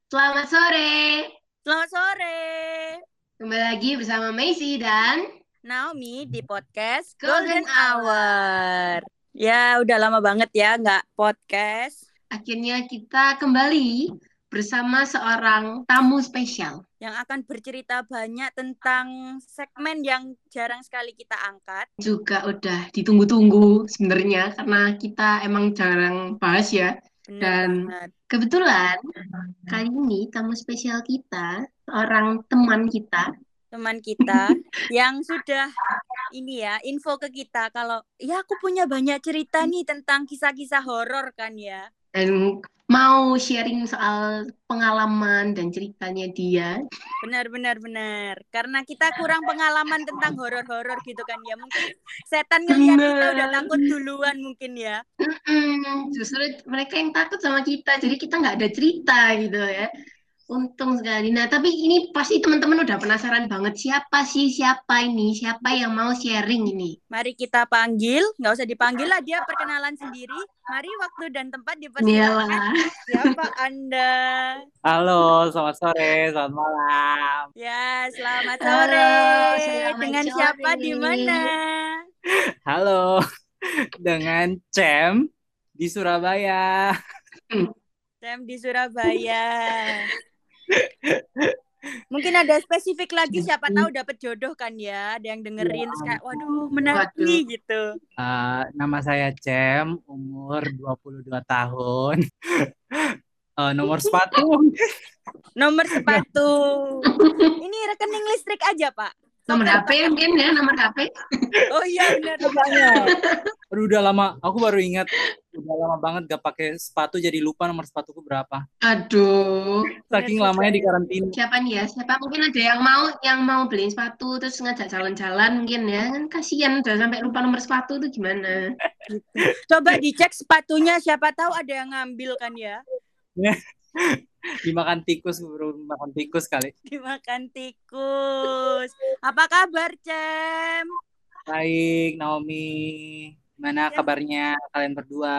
Selamat sore. Selamat sore, Kembali lagi bersama Maisy dan Naomi di podcast Golden Golden Hour. Hour. Ya, udah lama banget ya nggak podcast Akhirnya kita kembali bersama seorang tamu spesial. yang akan bercerita banyak tentang segmen yang jarang sekali kita angkat. Juga udah ditunggu-tunggu sebenarnya karena kita emang jarang bahas ya. Bener Dan banget. kebetulan kali ini tamu spesial kita, seorang teman kita. Teman kita yang sudah ini ya, info ke kita kalau ya aku punya banyak cerita nih tentang kisah-kisah horor kan ya. Dan mau sharing soal pengalaman dan ceritanya dia. Benar. Karena kita kurang pengalaman tentang horor-horor gitu kan ya. Mungkin setan ngelihat kita udah Bener. takut duluan mungkin ya. Justru mereka yang takut sama kita, jadi kita nggak ada cerita gitu ya. Untung sekali. Nah, tapi ini pasti teman-teman udah penasaran banget siapa yang mau sharing ini. Mari kita panggil, nggak usah dipanggil lah, dia perkenalan sendiri. Mari waktu dan tempat dipersilakan. Iyalah. Siapa Anda? Halo, selamat sore, selamat malam. Ya, selamat Halo, sore. selamat Dengan siapa di mana? sore. Halo, dengan Cem di Surabaya. Sam di Surabaya. Mungkin ada spesifik lagi, siapa tahu dapat jodoh kan ya. Ada yang dengerin terus kayak waduh menarik Waduh. nih gitu. Nama saya Cem, umur 22 tahun. Nomor sepatu. Nomor sepatu. Ini rekening listrik aja, Pak. Nomor HP mungkin ya, nomor HP. Oh iya benar. Aduh, udah lama, aku baru ingat. Udah lama banget gak pakai sepatu, jadi lupa nomor sepatuku berapa. Aduh. Saking Bener lamanya juga di karantina. Siapa nih ya? Siapa mungkin ada yang mau beliin sepatu terus ngajak jalan-jalan mungkin ya. Kan kasihan udah sampai lupa nomor sepatu itu gimana? gitu. Coba dicek sepatunya, siapa tahu ada yang ngambil kan ya. Dimakan tikus, bro. Makan tikus kali. Dimakan tikus. Apa kabar, Cem? Baik, Naomi. Gimana kabarnya kalian berdua?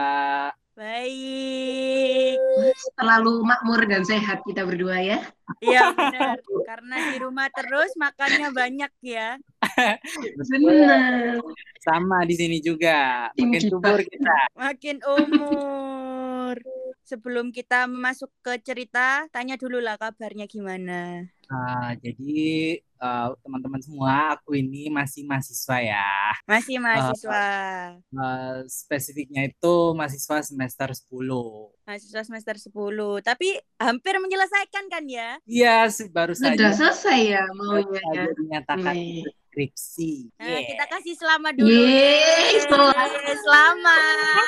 Baik. Terlalu makmur dan sehat kita berdua ya. Iya benar. Karena di rumah terus makannya banyak ya. Benar. Sama di sini juga. Tim Makin kita. subur kita. Makin umur. Sebelum kita masuk ke cerita, tanya dulu lah kabarnya gimana. Jadi teman-teman semua, aku ini masih mahasiswa ya. Masih mahasiswa. Spesifiknya itu mahasiswa semester 10. Mahasiswa semester 10. Tapi hampir menyelesaikan kan ya? Iya, baru Sudah saja selesai ya maunya ya. dinyatakan Nih. skripsi. Nah, kita kasih selamat dulu. Yeay, Selamat.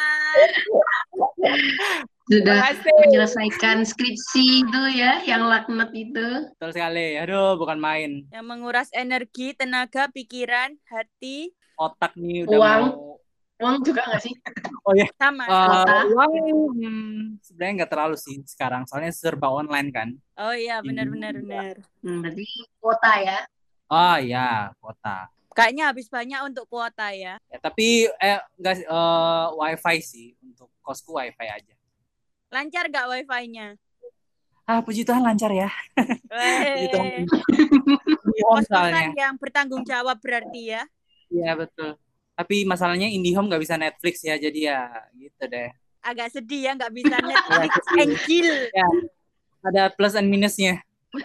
Sudah kasih. menyelesaikan skripsi itu ya, yang laknat itu. Betul sekali. Aduh, bukan main. Yang menguras energi, tenaga, pikiran, hati, Otak nih udah Uang. mau. Uang juga nggak sih? Oh ya, sama. uang sebenarnya nggak terlalu sih sekarang. Soalnya serba online kan. Oh iya, benar. Berarti kuota ya. Oh ya, kota. Kayaknya habis banyak untuk kuota ya. Ya, tapi enggak wifi sih, untuk kosku wifi aja. Lancar gak wifi-nya? Puji Tuhan lancar ya. Puji Tuhan. Kos-kosan yang bertanggung jawab berarti ya. Iya betul. Tapi masalahnya IndiHome nggak bisa Netflix ya, jadi ya gitu deh. Agak sedih ya nggak bisa Netflix and chill. Ya, ada plus and minusnya.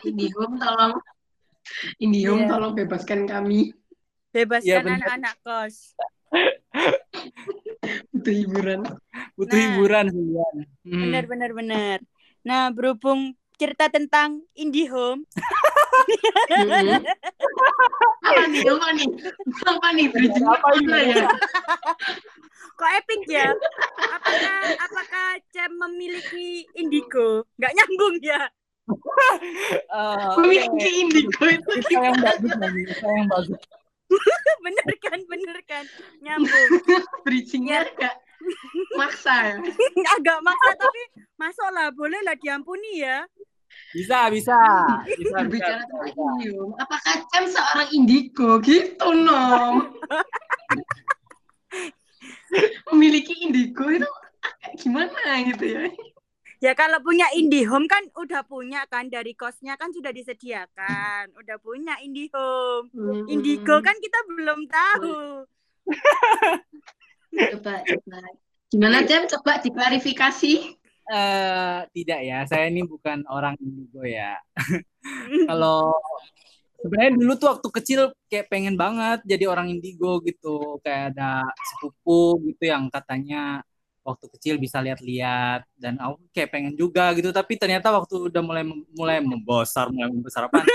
IndiHome tolong bebaskan kami. Bebaskan anak-anak kos. Butuh hiburan. Hiburan sih. Benar. Nah, berhubung cerita tentang IndiHome. Apa nih? Apa ya? Kok epic ya? Apakah Cem memiliki Indigo? Nggak nyambung ya? Memiliki Indigo itu yang bagus. bener kan nyambung. Bridgingnya agak maksa ya. Agak maksa tapi masuklah, boleh lah diampuni ya. Bisa. Berbicara tentang Indigo, apakah Cem seorang Indigo gitu Nom? Memiliki Indigo itu agak gimana gitu ya? Ya kalau punya IndiHome kan udah punya kan, dari kosnya kan sudah disediakan. Udah punya IndiHome. Indigo kan kita belum tahu. Coba. Gimana Jam? Coba diklarifikasi. Tidak ya, saya ini bukan orang indigo ya. Kalau sebenarnya dulu tuh waktu kecil kayak pengen banget jadi orang indigo gitu. Kayak ada sepupu gitu yang katanya waktu kecil bisa lihat-lihat dan aku kayak pengen juga gitu. Tapi ternyata waktu udah mulai membesar apaan?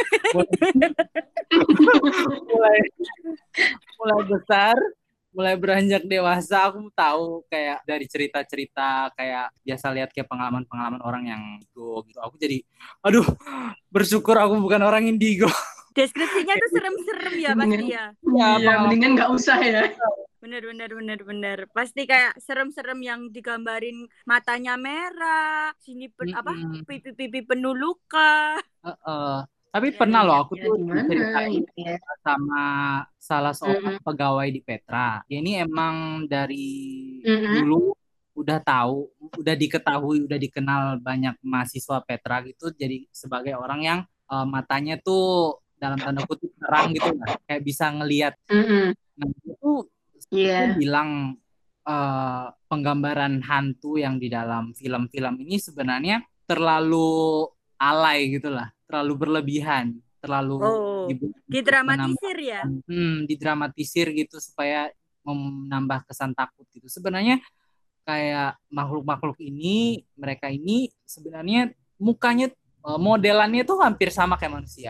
Mulai mulai besar, mulai beranjak dewasa, aku tahu kayak dari cerita-cerita kayak biasa lihat kayak pengalaman-pengalaman orang yang indigo gitu. Aku jadi, aduh, bersyukur aku bukan orang indigo. Deskripsinya tuh serem-serem ya pasti ya. Ya, Iya, mendingan nggak usah ya. Bener. Pasti kayak serem-serem yang digambarin matanya merah, sini pipi-pipi penuh luka. Tapi Ya, pernah loh ya. aku Ya tuh gimana diceritain gitu ya. sama salah seorang pegawai di Petra. Dia ini emang dari dulu udah tahu, udah diketahui, udah dikenal banyak mahasiswa Petra gitu. Jadi sebagai orang yang matanya tuh dalam tanda kutip terang gitu lah, kayak bisa ngelihat. Nah, itu dia bilang penggambaran hantu yang di dalam film-film ini sebenarnya terlalu alay gitu lah, terlalu berlebihan, terlalu didramatisir ya. Didramatisir gitu supaya menambah kesan takut gitu. Sebenarnya kayak makhluk-makhluk ini, mereka ini sebenarnya mukanya modelannya tuh hampir sama kayak manusia.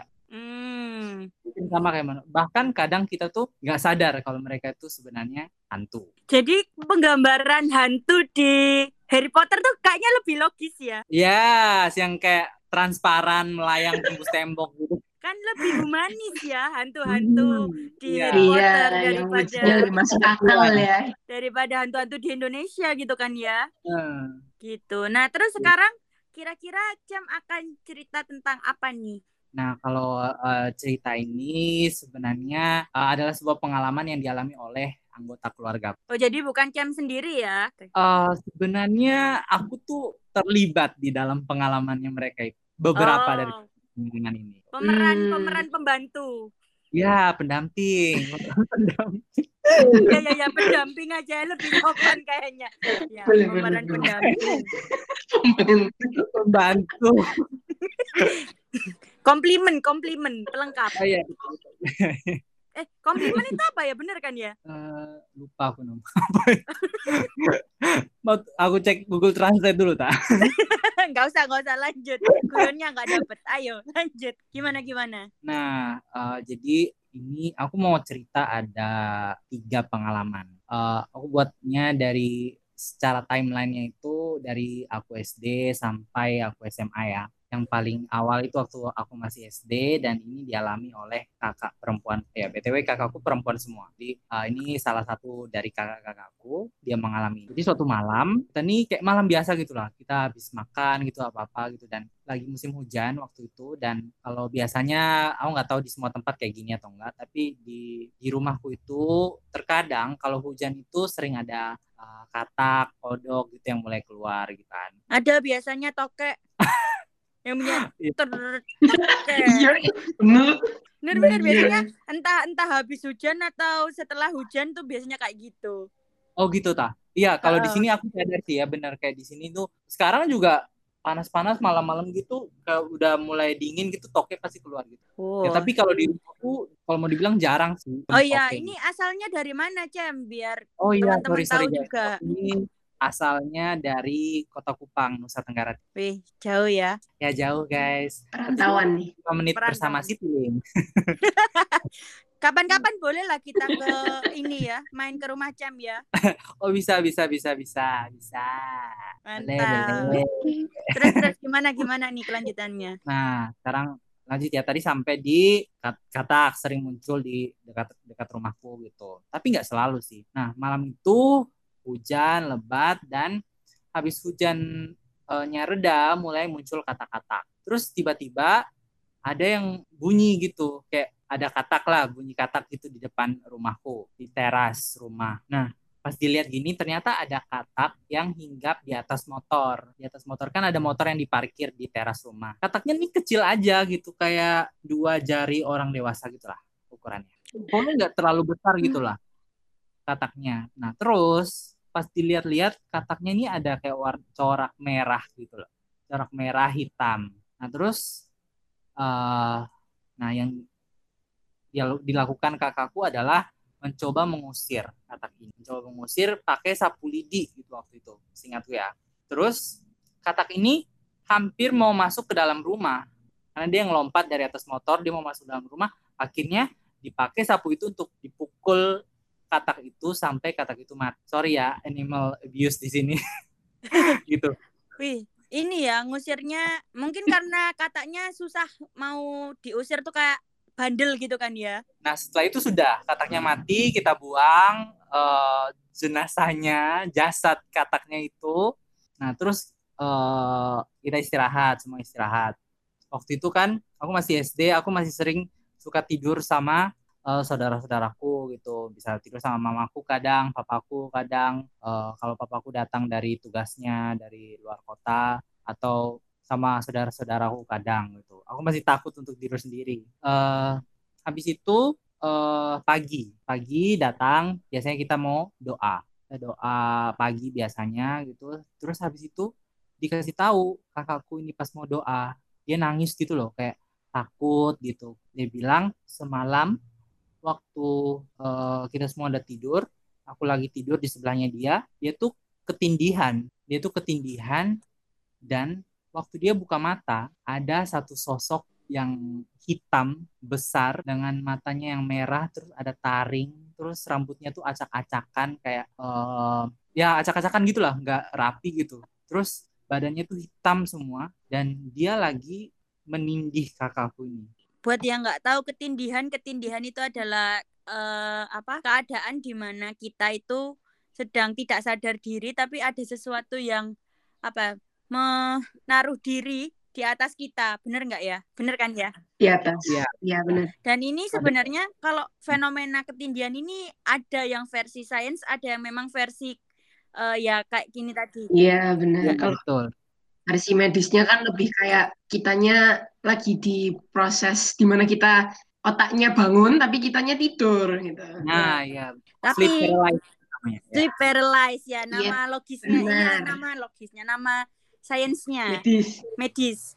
Sama kayak mana. Bahkan kadang kita tuh nggak sadar kalau mereka itu sebenarnya hantu. Jadi penggambaran hantu di Harry Potter tuh kayaknya lebih logis ya. Ya, yang kayak transparan melayang tembus tembok gitu. Kan lebih humanis ya hantu-hantu di Harry Potter daripada lebih masuk akal ya. Daripada hantu-hantu di Indonesia gitu kan ya. Gitu. Nah, terus sekarang kira-kira Cem akan cerita tentang apa nih? Nah, kalau cerita ini sebenarnya adalah sebuah pengalaman yang dialami oleh anggota keluarga. Oh, jadi bukan Cem sendiri ya? Sebenarnya aku tuh terlibat di dalam pengalamannya mereka itu. Beberapa dari pengalaman ini. Pemeran pembantu. Ya, pendamping. Ya, pendamping aja lebih sopan kayaknya. Ya, pemeran pendamping. Pembantu. Komplimen, pelengkap. Oh, iya. Komplimen itu apa ya? Bener kan ya? Lupa aku nama. Aku cek Google Translate dulu, tak? Nggak usah lanjut. Guyonnya nggak dapet. Ayo, lanjut. Gimana? Nah, jadi ini aku mau cerita ada 3 pengalaman. Aku buatnya dari secara timelinenya itu dari aku SD sampai aku SMA ya. Yang paling awal itu waktu aku masih SD dan ini dialami oleh kakak perempuan. Ya, BTW kakakku perempuan semua. Jadi ini salah satu dari kakak-kakakku, dia mengalami. Jadi suatu malam, kita nih kayak malam biasa gitu lah. Kita habis makan gitu apa-apa gitu dan lagi musim hujan waktu itu dan kalau biasanya aku nggak tahu di semua tempat kayak gini atau enggak, tapi di rumahku itu terkadang kalau hujan itu sering ada katak, kodok gitu yang mulai keluar gitu kan. Ada biasanya tokek yang punya bener biasanya entah habis hujan atau setelah hujan tuh biasanya kayak gitu. Oh gitu ta? Iya, kalau di sini aku sadar sih ya benar kayak di sini tuh sekarang juga panas-panas malam-malam gitu udah mulai dingin gitu tokek pasti keluar gitu. Ya tapi kalau di rumahku kalau mau dibilang jarang sih. Oh iya, ini asalnya dari mana Cem? Biar teman-teman tahu juga. Ini asalnya dari Kota Kupang, Nusa Tenggara. Wih, jauh ya. Ya jauh guys. Perantauan nih. 5 menit bersama Citylink. Kapan-kapan boleh lah kita ke ini ya, main ke rumah Cem ya. Oh bisa. Mantap. Terus gimana nih kelanjutannya? Nah, sekarang lanjut ya. Tadi sampai di katak sering muncul di dekat rumahku gitu. Tapi nggak selalu sih. Nah, malam itu hujan lebat dan habis hujannya reda mulai muncul katak-katak. Terus tiba-tiba ada yang bunyi gitu, kayak ada katak lah, bunyi katak gitu di depan rumahku, di teras rumah. Nah, Pas dilihat gini ternyata ada katak yang hinggap di atas motor. Di atas motor kan ada motor yang diparkir di teras rumah. Kataknya nih kecil aja gitu, kayak 2 jari orang dewasa gitu lah ukurannya. Pokoknya nggak terlalu besar gitu lah kataknya. Nah terus pas dilihat-lihat kataknya ini ada kayak corak merah gitu loh. Corak merah hitam. Nah terus eh nah yang dilakukan kakakku adalah mencoba mengusir katak ini. Mencoba mengusir pakai sapu lidi gitu waktu itu, seingatku ya. Terus katak ini hampir mau masuk ke dalam rumah. Karena dia ngelompat dari atas motor, dia mau masuk dalam rumah. Akhirnya dipakai sapu itu untuk dipukul katak itu sampai katak itu mati. Sorry ya, animal abuse di sini. Gitu. Wih, ini ya ngusirnya mungkin karena kataknya susah mau diusir tuh kayak bandel gitu kan ya. Nah setelah itu sudah kataknya mati, kita buang jenazahnya, jasad kataknya itu. Nah terus kita istirahat, semua istirahat. Waktu itu kan aku masih SD, aku masih sering suka tidur sama saudara-saudaraku gitu. Bisa tidur sama mamaku kadang, papaku kadang. Kalau papaku datang dari tugasnya dari luar kota atau sama saudara-saudaraku kadang gitu. Aku masih takut untuk tidur sendiri. Habis itu pagi datang, biasanya kita mau doa. Kita doa pagi biasanya gitu. Terus habis itu dikasih tahu kakakku ini pas mau doa, dia nangis gitu loh, kayak takut gitu. Dia bilang semalam waktu kita semua udah tidur, aku lagi tidur di sebelahnya dia tuh ketindihan. Dia tuh ketindihan dan waktu dia buka mata, ada satu sosok yang hitam besar dengan matanya yang merah, terus ada taring, terus rambutnya tuh acak-acakan kayak ya acak-acakan gitulah, nggak rapi gitu. Terus badannya tuh hitam semua dan dia lagi menindih kakakku ini. Buat yang nggak tahu ketindihan itu adalah keadaan di mana kita itu sedang tidak sadar diri tapi ada sesuatu yang menaruh diri di atas kita, bener nggak ya? Bener kan ya? Di atas. Iya. Iya benar. Dan ini sebenarnya kalau fenomena ketindihan ini ada yang versi sains, ada yang memang versi ya kayak gini tadi. Iya benar. Ya, Kalau betul. versi medisnya kan lebih kayak kitanya lagi di proses di mana kita otaknya bangun tapi kitanya tidur gitu. Nah, ya. Tapi Sleep paralysis namanya. Ya. sleep paralysis ya, Iya, nama logisnya, benar. nama logisnya, nama sainsnya, Medis.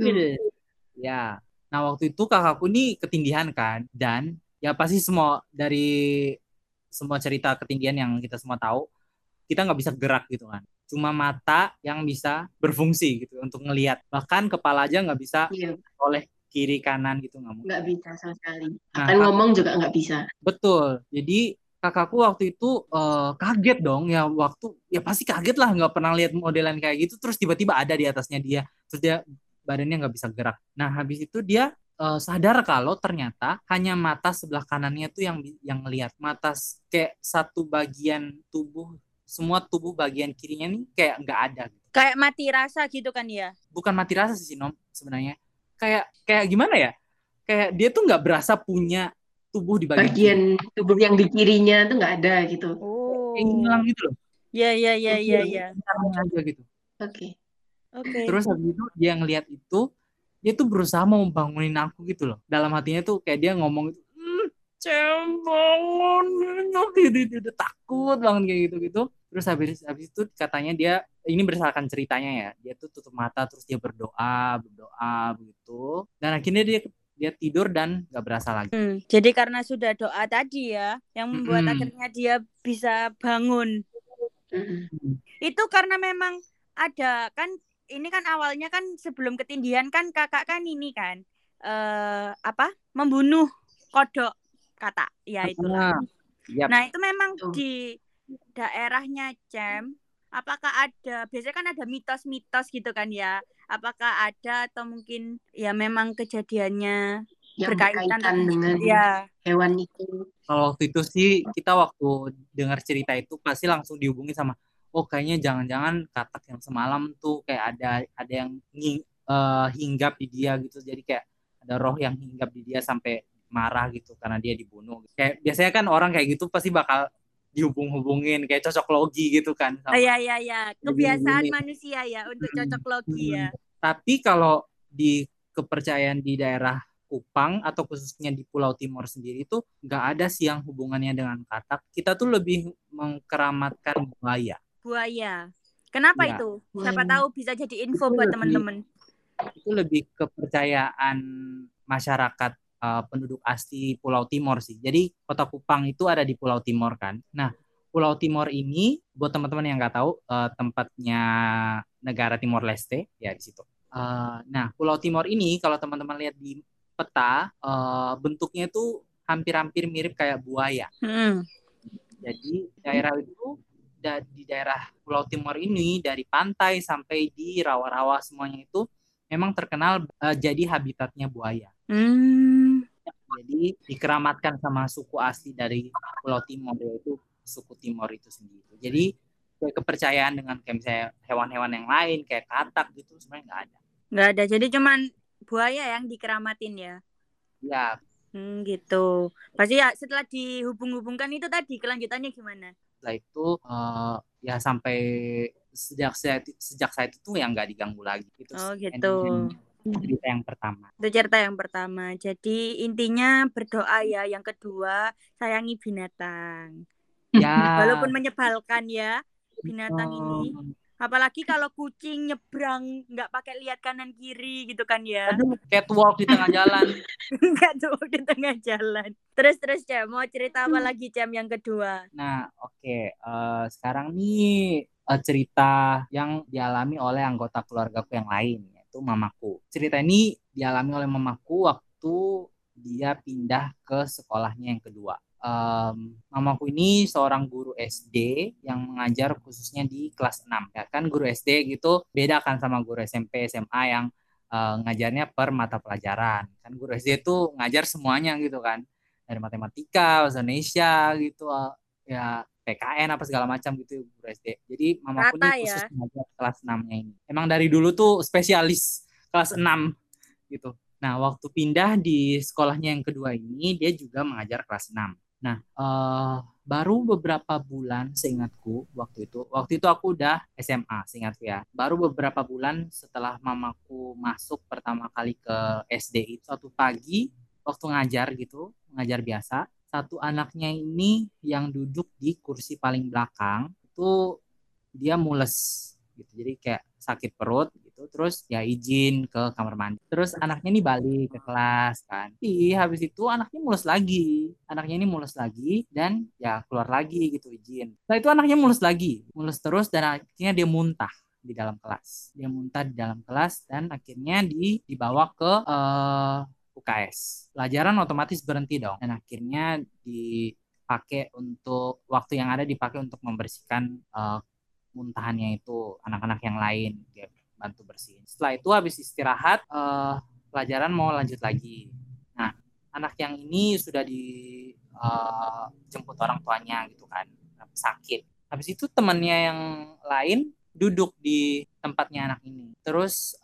Ya. Nah, waktu itu kakakku nih ketindihan kan, dan ya pasti semua dari semua cerita ketindihan yang kita semua tahu, kita nggak bisa gerak gitu kan. Cuma mata yang bisa berfungsi gitu untuk ngelihat. Bahkan kepala aja nggak bisa Iya, oleh kiri kanan gitu, nggak mungkin. nggak bisa sama sekali. Nah, Bahkan ngomong juga nggak bisa. betul. Jadi kakakku waktu itu kaget dong ya, waktu ya pasti kaget lah, nggak pernah lihat modelan kayak gitu, terus tiba-tiba ada di atasnya dia, terus dia badannya nggak bisa gerak. Nah habis itu dia sadar kalau ternyata hanya mata sebelah kanannya tuh yang ngelihat, mata kayak satu bagian tubuh, semua tubuh bagian kirinya nih kayak nggak ada gitu. Kayak mati rasa gitu kan ya? Bukan mati rasa sih Nom sebenarnya, kayak gimana ya, kayak dia tuh nggak berasa punya tubuh di bagian Bagian tubuh yang di kirinya tuh nggak ada gitu. kayak hilang gitu loh. Ya. Caranya aja gitu. Oke. Terus habis itu dia ngelihat itu, dia tuh berusaha mau bangunin aku gitu loh. Dalam hatinya tuh kayak dia ngomong itu, Cem bangun, dia udah takut banget kayak gitu-gitu. Terus habis itu katanya dia, ini berdasarkan ceritanya ya, dia tuh tutup mata terus dia berdoa begitu. Dan akhirnya dia tidur dan gak berasa lagi. Jadi karena sudah doa tadi ya, yang membuat akhirnya dia bisa bangun. Itu karena memang ada kan, ini kan awalnya kan sebelum ketindihan kan kakak kan ini kan membunuh kodok kata ya itulah. Yep. Nah itu memang di daerahnya Cem, apakah ada, biasanya kan ada mitos-mitos gitu kan ya, apakah ada atau mungkin ya memang kejadiannya yang berkaitan dengan ya hewan itu. Kalau waktu itu sih kita waktu dengar cerita itu pasti langsung dihubungi sama, oh kayaknya jangan-jangan katak yang semalam tuh kayak ada yang hinggap di dia gitu, jadi kayak ada roh yang hinggap di dia sampai marah gitu karena dia dibunuh. Kayak biasanya kan orang kayak gitu pasti bakal dihubung-hubungin kayak cocok logi gitu kan sama Iya. Kebiasaan dihubung-hubungin. manusia ya untuk cocok logi Hmm. ya. Tapi kalau di kepercayaan di daerah Kupang atau khususnya di Pulau Timur sendiri itu nggak ada sih yang hubungannya dengan katak. Kita tuh lebih mengkeramatkan buaya. Buaya. Kenapa Ya, itu? Siapa tahu bisa jadi info itu buat lebih teman-teman. itu lebih kepercayaan masyarakat penduduk asli Pulau Timur sih. Jadi Kota Kupang itu ada di Pulau Timur kan. Nah, Pulau Timur ini buat teman-teman yang nggak tahu tempatnya negara Timor Leste ya di situ. Nah, Pulau Timor ini kalau teman-teman lihat di peta bentuknya itu hampir-hampir mirip kayak buaya. Hmm. Jadi daerah itu di daerah Pulau Timur ini dari pantai sampai di rawa-rawa semuanya itu memang terkenal jadi habitatnya buaya. Hmm. Jadi dikeramatkan sama suku asli dari Pulau Timor yaitu suku Timor itu sendiri. Jadi kepercayaan dengan kayak misalnya hewan-hewan yang lain kayak katak gitu sebenarnya nggak ada. Nggak ada. Jadi cuman buaya yang dikeramatin ya. Ya, Gitu. Pasti ya setelah dihubung-hubungkan itu tadi kelanjutannya gimana? setelah itu ya sampai sejak saat itu ya nggak diganggu lagi. Itu Oh gitu. ending cerita yang pertama. Itu cerita yang pertama. Jadi intinya berdoa ya. Yang kedua, sayangi binatang. Ya, Walaupun menyebalkan ya binatang ini. Apalagi kalau kucing nyebrang nggak pakai lihat kanan kiri gitu kan ya. aduh, catwalk di tengah jalan. Nggak tuh di tengah jalan. Terus Cem, mau cerita apa lagi Cem yang kedua? Nah, oke. Sekarang nih cerita yang dialami oleh anggota keluargaku yang lain, yaitu mamaku. Cerita ini dialami oleh mamaku waktu dia pindah ke sekolahnya yang kedua. Mamaku ini seorang guru SD yang mengajar khususnya di kelas 6. Ya kan guru SD gitu beda kan sama guru SMP, SMA yang ngajarnya per mata pelajaran. Kan guru SD itu ngajar semuanya gitu kan. Dari matematika, bahasa Indonesia gitu, ya PKN apa segala macam gitu guru SD. Jadi mamaku Rata nih ya. khusus mengajar kelas 6-nya ini. Emang dari dulu tuh spesialis kelas 6 gitu. Nah, waktu pindah di sekolahnya yang kedua ini, dia juga mengajar kelas 6. Nah, baru beberapa bulan seingatku waktu itu aku udah SMA seingatku ya. Baru beberapa bulan setelah mamaku masuk pertama kali ke SD itu, suatu pagi waktu ngajar gitu, ngajar biasa, satu anaknya ini yang duduk di kursi paling belakang itu dia mules gitu. Jadi kayak sakit perut gitu. Terus ya izin ke kamar mandi. Terus anaknya ini balik ke kelas kan. Habis itu anaknya mulus lagi. Anaknya ini mulus lagi dan ya keluar lagi gitu izin. Setelah itu anaknya mulus lagi. Mulus terus dan akhirnya dia muntah di dalam kelas. Dia muntah di dalam kelas dan akhirnya dibawa ke UKS. Pelajaran otomatis berhenti dong. Dan akhirnya dipakai untuk waktu yang ada dipakai untuk membersihkan muntahannya itu anak-anak yang lain dia bantu bersihin. Setelah itu habis istirahat pelajaran mau lanjut lagi. Nah, anak yang ini sudah dijemput orang tuanya gitu kan, sakit. Habis itu temannya yang lain duduk di tempatnya anak ini. Terus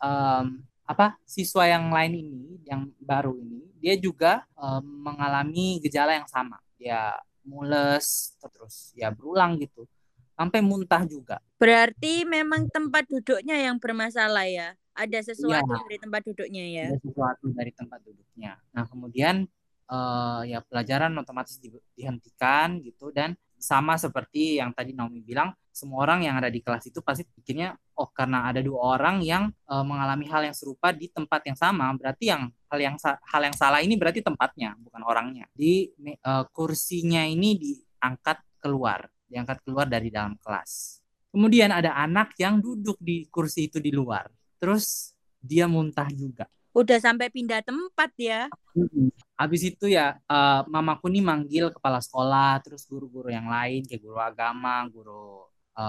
siswa yang lain ini yang baru ini dia juga mengalami gejala yang sama. Dia mules terus ya berulang gitu sampai muntah juga. Berarti memang tempat duduknya yang bermasalah ya. Ada Iya, sesuatu dari tempat duduknya ya. ada sesuatu dari tempat duduknya. Nah, kemudian ya pelajaran otomatis dihentikan gitu dan sama seperti yang tadi Naomi bilang, semua orang yang ada di kelas itu pasti pikirnya, oh karena ada dua orang yang mengalami hal yang serupa di tempat yang sama, berarti hal yang salah ini berarti tempatnya, bukan orangnya. Di kursinya ini diangkat keluar dari dalam kelas. Kemudian ada anak yang duduk di kursi itu di luar. Terus dia muntah juga. Udah sampai pindah tempat ya. Habis itu ya mamaku nih manggil kepala sekolah, terus guru-guru yang lain kayak guru agama, guru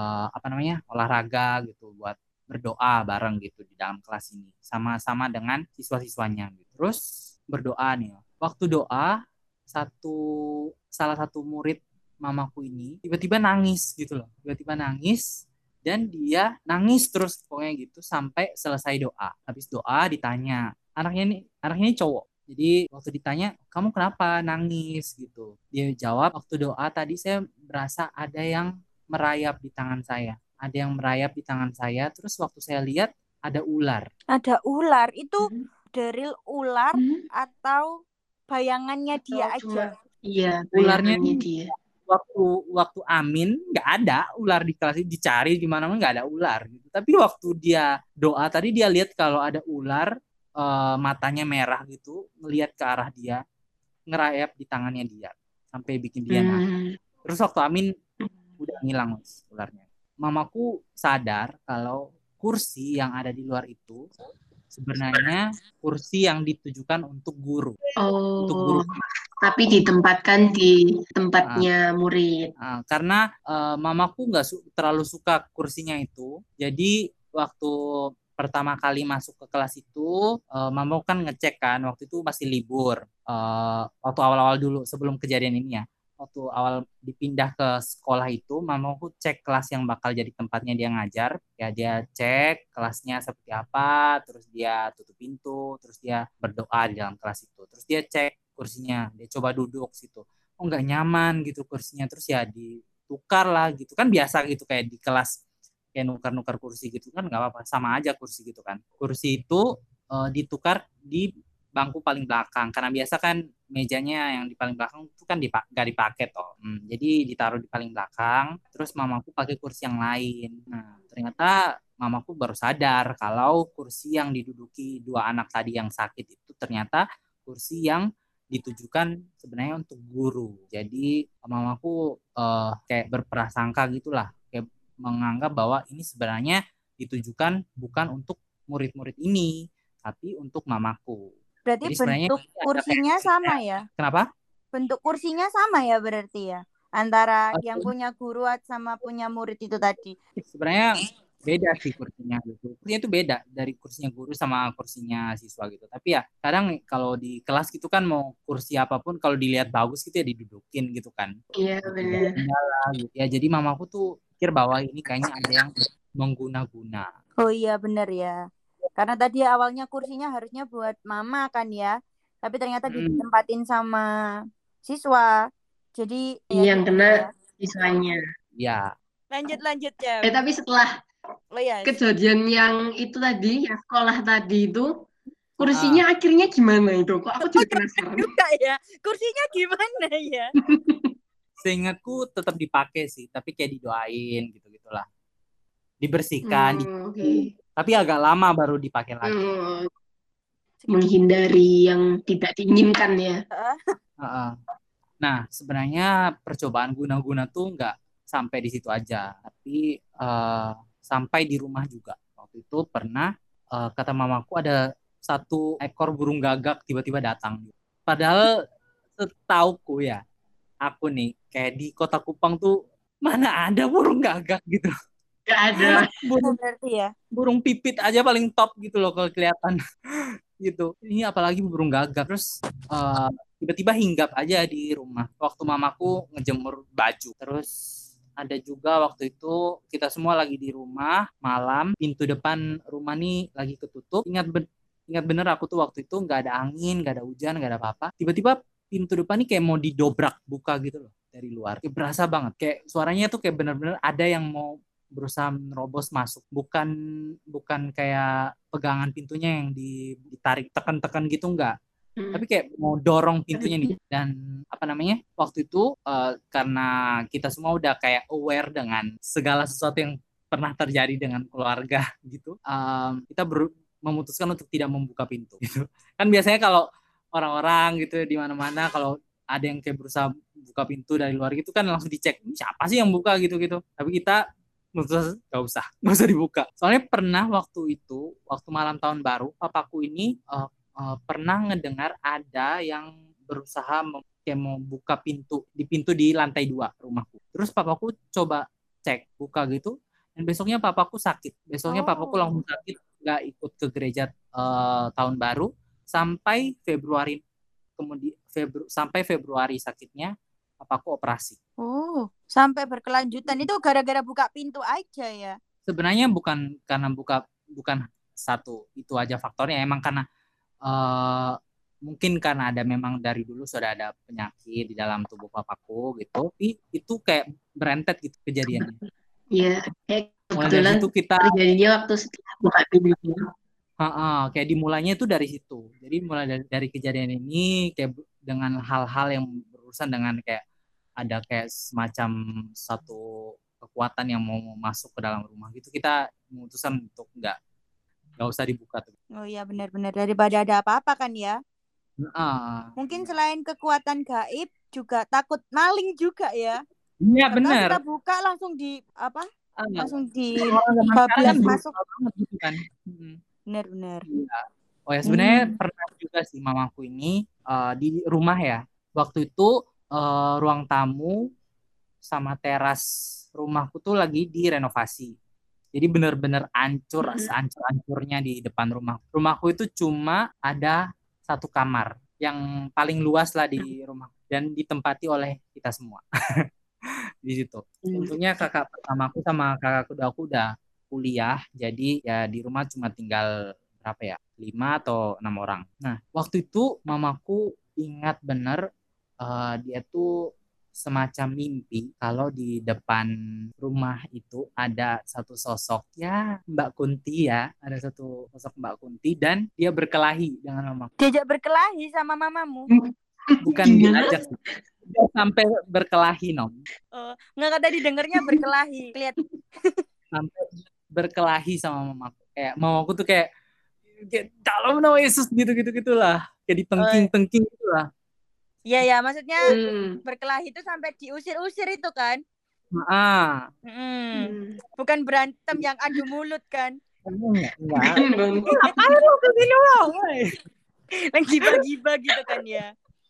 olahraga gitu buat berdoa bareng gitu di dalam kelas ini sama-sama dengan siswa-siswanya gitu. Terus berdoa nih. Waktu doa salah satu murid mamaku ini tiba-tiba nangis gitu loh. Tiba-tiba nangis dan dia nangis terus pokoknya gitu sampai selesai doa. Habis doa ditanya, anaknya ini cowok. Jadi waktu ditanya, kamu kenapa nangis gitu? Dia jawab, waktu doa tadi saya berasa ada yang merayap di tangan saya. Ada yang merayap di tangan saya. Terus waktu saya lihat ada ular. Ada ular. Itu Hmm. dari ular Hmm. atau bayangannya dia Atau cuma aja? iya Ularnya bayangannya dia. waktu Amin nggak ada ular di kelas itu, dicari di mana-mana nggak ada ular gitu. Tapi waktu dia doa tadi dia lihat kalau ada ular, matanya merah gitu, ngelihat ke arah dia, ngerayap di tangannya dia sampai bikin dia nangis. Hmm. Terus waktu Amin udah ngilang Mas, ularnya. Mamaku sadar kalau kursi yang ada di luar itu sebenarnya kursi yang ditujukan untuk guru. Untuk guru. Oh, tapi ditempatkan di Nah, tempatnya murid. karena mamaku nggak terlalu suka kursinya itu. Jadi waktu pertama kali masuk ke kelas itu, mamaku kan ngecek kan, waktu itu masih libur. Waktu awal-awal dulu sebelum kejadian ini ya. Waktu awal dipindah ke sekolah itu, mamaku cek kelas yang bakal jadi tempatnya dia ngajar. Ya dia cek kelasnya seperti apa, terus dia tutup pintu, terus dia berdoa di dalam kelas itu. Terus dia cek kursinya, dia coba duduk situ. Oh nggak nyaman gitu kursinya, terus ya ditukar lah gitu kan, biasa gitu kayak di kelas kayak nukar-nukar kursi gitu kan, nggak apa-apa, sama aja kursi gitu kan. Kursi itu ditukar di bangku paling belakang karena biasa kan mejanya yang di paling belakang itu kan nggak dipakai toh. Jadi ditaruh di paling belakang, terus mamaku pakai kursi yang lain. Nah ternyata mamaku baru sadar kalau kursi yang diduduki dua anak tadi yang sakit itu ternyata kursi yang ditujukan sebenarnya untuk guru. Jadi mamaku kayak berprasangka gitulah, kayak menganggap bahwa ini sebenarnya ditujukan bukan untuk murid-murid ini, tapi untuk mamaku. Berarti Jadi sebenarnya bentuk kursinya sama ya? kenapa? Bentuk kursinya sama ya berarti ya? Antara yang Uh, punya guru sama punya murid itu tadi. Sebenarnya beda sih kursinya gitu. Kursinya itu beda dari kursinya guru sama kursinya siswa gitu. Tapi ya kadang kalau di kelas gitu kan mau kursi apapun kalau dilihat bagus gitu ya didudukin gitu kan. Iya benar. Gitu. Ya jadi mamaku tuh pikir bahwa ini kayaknya ada yang mengguna-guna. Oh iya benar ya. Karena tadi awalnya kursinya harusnya buat mama kan ya. Tapi ternyata ditempatin sama siswa. Jadi ya Yang gitu kena ya. siswanya. Ya. Lanjut ya. Tapi setelah Oh ya. kejadian yang itu tadi, yang sekolah tadi itu, Ah, kursinya akhirnya gimana itu? Kok aku jadi penasaran. juga ya. Kursinya gimana ya? seingatku tetap dipakai sih, tapi kayak didoain gitu-gitulah. Dibersihkan, Oke. tapi agak lama baru dipakai lagi. Menghindari yang tidak diinginkan ya. Nah, sebenarnya percobaan guna-guna tuh nggak sampai di situ aja, tapi sampai di rumah juga. Waktu itu pernah kata mamaku ada satu ekor burung gagak tiba-tiba datang. Padahal setauku ya, aku nih kayak di kota Kupang tuh mana ada burung gagak gitu. Gak ada. Berarti ya. Burung pipit aja paling top gitu loh kalau kelihatan gitu. Ini apalagi burung gagak. Terus tiba-tiba hinggap aja di rumah waktu mamaku ngejemur baju. Terus ada juga waktu itu kita semua lagi di rumah malam, pintu depan rumah nih lagi ketutup. Ingat bener aku tuh waktu itu nggak ada angin, nggak ada hujan, nggak ada apa-apa. Tiba-tiba pintu depan nih kayak mau didobrak buka gitu loh dari luar. Kayak berasa banget. Kayak suaranya tuh kayak bener-bener ada yang mau berusaha menerobos masuk, bukan kayak pegangan pintunya yang ditarik tekan-tekan gitu, enggak, tapi kayak mau dorong pintunya nih. Dan apa namanya, waktu itu karena kita semua udah kayak aware dengan segala sesuatu yang pernah terjadi dengan keluarga gitu, kita memutuskan untuk tidak membuka pintu gitu. Kan biasanya kalau orang-orang gitu di mana-mana kalau ada yang kayak berusaha buka pintu dari luar gitu kan langsung dicek siapa sih yang buka gitu, tapi kita nggak usah dibuka. Soalnya pernah waktu itu, waktu malam tahun baru, papaku ini pernah ngedengar ada yang berusaha kayak mau buka pintu di lantai 2 rumahku. Terus papaku coba cek, buka gitu, dan besoknya papaku sakit. Besoknya papaku langsung sakit, nggak ikut ke gereja tahun baru sampai Februari. Kemudian sampai Februari sakitnya, papaku operasi. Oh, sampai berkelanjutan itu gara-gara buka pintu aja ya? Sebenarnya bukan karena bukan satu itu aja faktornya, emang karena mungkin karena ada memang dari dulu sudah ada penyakit di dalam tubuh papaku gitu. Tapi itu kayak berentet gitu kejadiannya. Iya, kayak Mulai dari kebetulan situ kita terjadinya waktu setelah buka pintu. kayak dimulainya itu dari situ. Jadi mulai dari kejadian ini kayak dengan hal-hal yang berurusan dengan kayak ada kayak semacam satu kekuatan yang mau masuk ke dalam rumah gitu. Kita memutuskan untuk nggak usah dibuka tuh. Oh iya benar-benar daripada ada apa-apa kan ya. Mungkin Iya. selain kekuatan gaib juga takut maling juga ya. Iya Siapa tahu benar. kita buka langsung di apa? Langsung di Orang zaman sekarang bablas kan masuk. brutal banget gitu kan. Benar-benar. Iya. Oh ya sebenarnya pernah juga sih mamaku ini di rumah ya. Waktu itu ruang tamu sama teras rumahku tuh lagi direnovasi. Jadi benar-benar hancur, sehancur-hancurnya di depan rumah. Rumahku itu cuma ada satu kamar yang paling luas lah di rumah dan ditempati oleh kita semua di situ. Untungnya kakak pertamaku sama kakak keduaku udah kuliah, jadi ya di rumah cuma tinggal berapa ya, 5 atau 6 orang. Nah waktu itu mamaku ingat bener dia tuh semacam mimpi kalau di depan rumah itu ada satu sosok ya Mbak Kunti ya, ada satu sosok Mbak Kunti dan dia berkelahi dengan mamaku. Diajak berkelahi sama mamamu. Bukan diajak sih. Dia sampai berkelahi nom. Nggak tadi dengernya berkelahi. Lihat Sampai berkelahi sama mamaku. Kayak mamaku tuh kayak dalam nama Yesus gitu-gitu-gitulah. Kayak ditengking-tengking gitulah. Iya ya, maksudnya berkelahi itu sampai diusir-usir itu kan? Bukan berantem yang adu mulut kan? Enggak. Ngapain lo begini lo? Yang gibah-gibah gitu kan ya?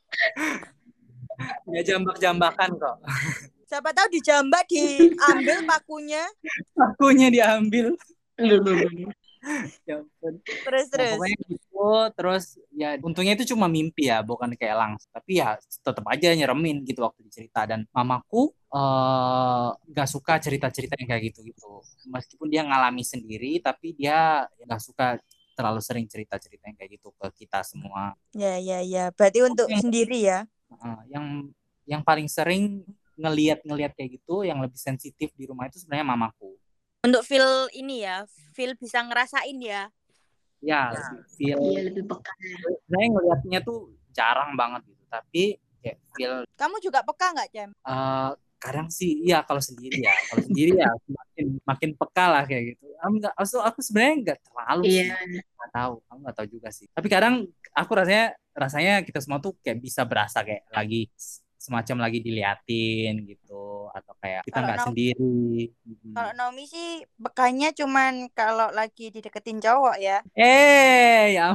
Ya jambak-jambakan kok. Siapa tahu dijambak diambil pakunya. Pakunya diambil. Ya, terus pokoknya gitu. Terus ya untungnya itu cuma mimpi ya, bukan kayak langsung, tapi ya tetap aja nyeremin gitu waktu dicerita. Dan mamaku gak suka cerita-cerita yang kayak gitu meskipun dia ngalami sendiri, tapi dia gak suka terlalu sering cerita-cerita yang kayak gitu ke kita semua. Ya berarti untuk sendiri ya. Yang paling sering ngelihat kayak gitu, yang lebih sensitif di rumah itu sebenarnya mamaku. Untuk feel ini ya, feel bisa ngerasain ya. Ya, feel. Iya, lebih peka. Sebenarnya ngelihatnya tuh jarang banget gitu, tapi kayak feel. Kamu juga peka nggak, Cem? Kadang sih, iya kalau sendiri ya. Kalau sendiri ya makin peka lah kayak gitu. Aku sebenarnya nggak terlalu sih. Nggak tahu, aku nggak tahu juga sih. Tapi kadang aku rasanya kita semua tuh kayak bisa berasa kayak lagi semacam lagi diliatin gitu, atau kayak kita nggak sendiri. Kalau Naomi sih bekanya cuman kalau lagi dideketin cowok ya. Ya.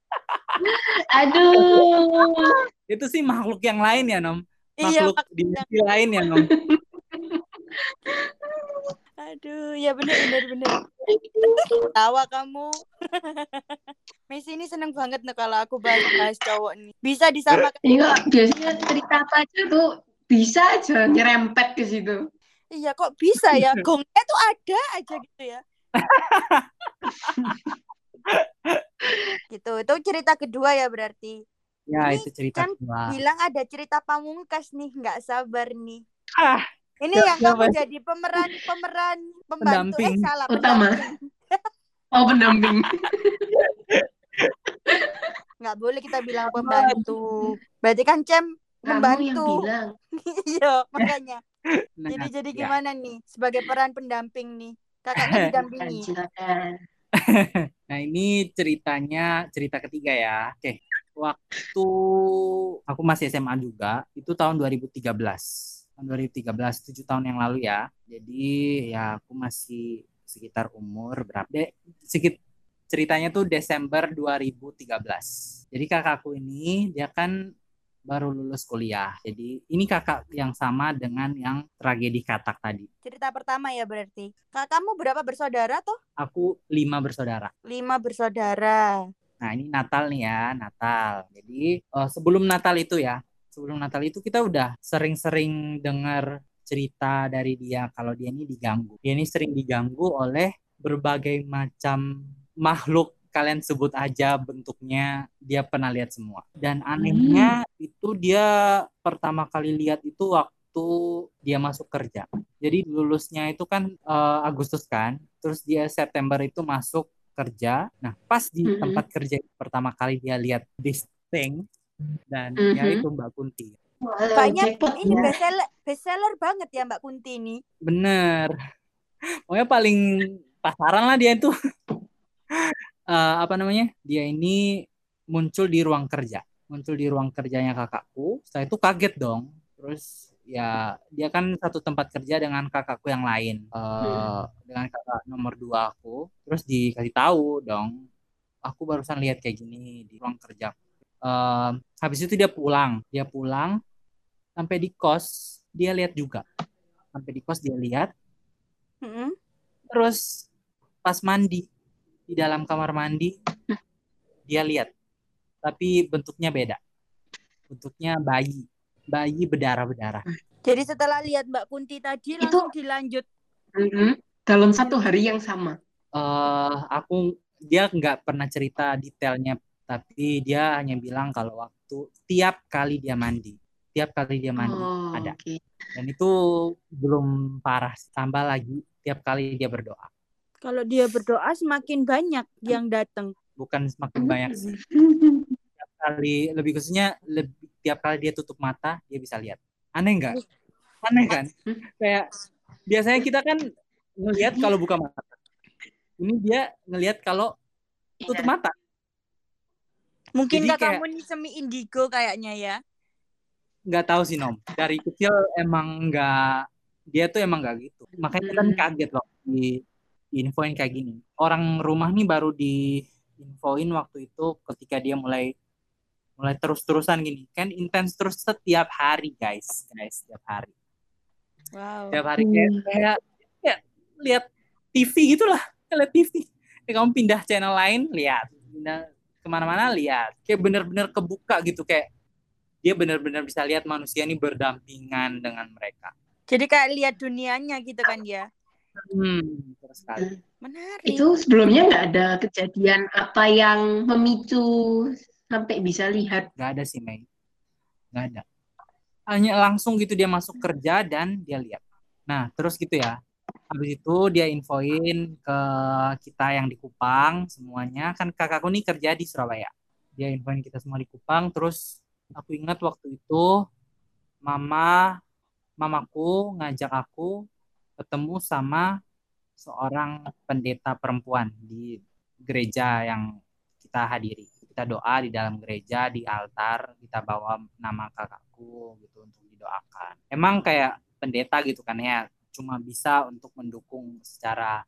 Aduh. Itu sih makhluk yang lain ya, Nom. Makhluk dimensi lain ya, Nom. Aduh, ya bener. Tawa kamu. Messi ini seneng banget nih kalau aku bahas cowok nih. Bisa disamakan. Iya, biasanya cerita apa aja tuh bisa aja nyerempet ke situ. Iya, kok bisa ya? Gongnya tuh ada aja gitu ya. Gitu. Itu cerita kedua ya berarti. Ya, ini itu cerita kan kedua. Bilang ada cerita pamungkas nih, nggak sabar nih. Ini ya, yang kamu jadi pemeran pembantu pendamping. Salah utama. Pendamping. Nggak boleh kita bilang pembantu. Berarti kan Cem membantu. Kamu yang bilang. Iya, makanya. Jadi gimana nih sebagai peran pendamping nih? Kakaknya didampingi. Nah, ini cerita ketiga ya. Oke. Waktu aku masih SMA juga, itu tahun 2013. Tahun 2013, 7 tahun yang lalu ya. Jadi ya aku masih sekitar umur berapa? Ceritanya tuh Desember 2013. Jadi kakakku ini dia kan baru lulus kuliah. Jadi ini kakak yang sama dengan yang tragedi Katak tadi. Cerita pertama ya berarti. Kakakmu berapa bersaudara tuh? Aku 5 bersaudara. 5 bersaudara. Nah ini Natal nih ya, Natal. Jadi sebelum Natal itu kita udah sering-sering dengar cerita dari dia kalau dia ini diganggu. Dia ini sering diganggu oleh berbagai macam makhluk kalian sebut aja bentuknya, dia pernah lihat semua. Dan anehnya itu dia pertama kali lihat itu waktu dia masuk kerja. Jadi lulusnya itu kan Agustus kan, terus dia September itu masuk kerja. Nah, pas di tempat kerja pertama kali dia lihat this thing, dan ya itu Mbak Kunti. Kayaknya ini bestseller banget ya Mbak Kunti ini. Bener. Pokoknya paling pasaran lah dia itu. Dia ini muncul di ruang kerjanya kakakku. Setelah itu kaget dong. Terus ya dia kan satu tempat kerja dengan kakakku yang lain, dengan kakak nomor 2 aku. Terus dikasih tahu dong, aku barusan lihat kayak gini di ruang kerja. Habis itu dia pulang sampai di kos dia lihat juga. Terus pas mandi di dalam kamar mandi dia lihat, tapi bentuknya beda. Bentuknya bayi berdarah-berdarah. Jadi setelah lihat Mbak Kunti tadi langsung dilanjut dalam satu hari yang sama. Dia nggak pernah cerita detailnya, tapi dia hanya bilang kalau waktu tiap kali dia mandi ada. Okay. Dan itu belum parah, tambah lagi tiap kali dia berdoa. Kalau dia berdoa semakin banyak yang datang. Bukan semakin banyak sih. Tiap kali, lebih khususnya tiap kali dia tutup mata dia bisa lihat. Aneh nggak? Aneh kan? Kayak biasanya kita kan ngelihat kalau buka mata. Ini dia ngelihat kalau tutup mata. Mungkin kakakmu ini semi indigo kayaknya ya. Nggak tahu sih Nom. Dari kecil emang dia tuh emang nggak gitu. Makanya kan kaget loh diinfoin kayak gini. Orang rumah nih baru diinfoin waktu itu ketika dia mulai terus-terusan gini. Kan intens terus setiap hari guys, setiap hari. Wow. Setiap hari kayak lihat TV gitulah, lihat TV. Kamu pindah channel lain lihat, pindah kemana-mana lihat. Kayak benar-benar kebuka gitu, kayak dia benar-benar bisa lihat manusia ini berdampingan dengan mereka. Jadi kayak lihat dunianya gitu kan dia. Terus sekali. Menarik. Itu sebelumnya nggak ada kejadian apa yang memicu sampai bisa lihat? Nggak ada sih, Mei. Nggak ada. Hanya langsung gitu dia masuk kerja dan dia lihat. Nah, terus gitu ya. Habis itu dia infoin ke kita yang di Kupang semuanya. Kan kakakku nih kerja di Surabaya. Dia infoin kita semua di Kupang. Terus aku ingat waktu itu mamaku ngajak aku ketemu sama seorang pendeta perempuan di gereja yang kita hadiri. Kita doa di dalam gereja, di altar, kita bawa nama kakakku gitu untuk didoakan. Emang kayak pendeta gitu kan ya, cuma bisa untuk mendukung secara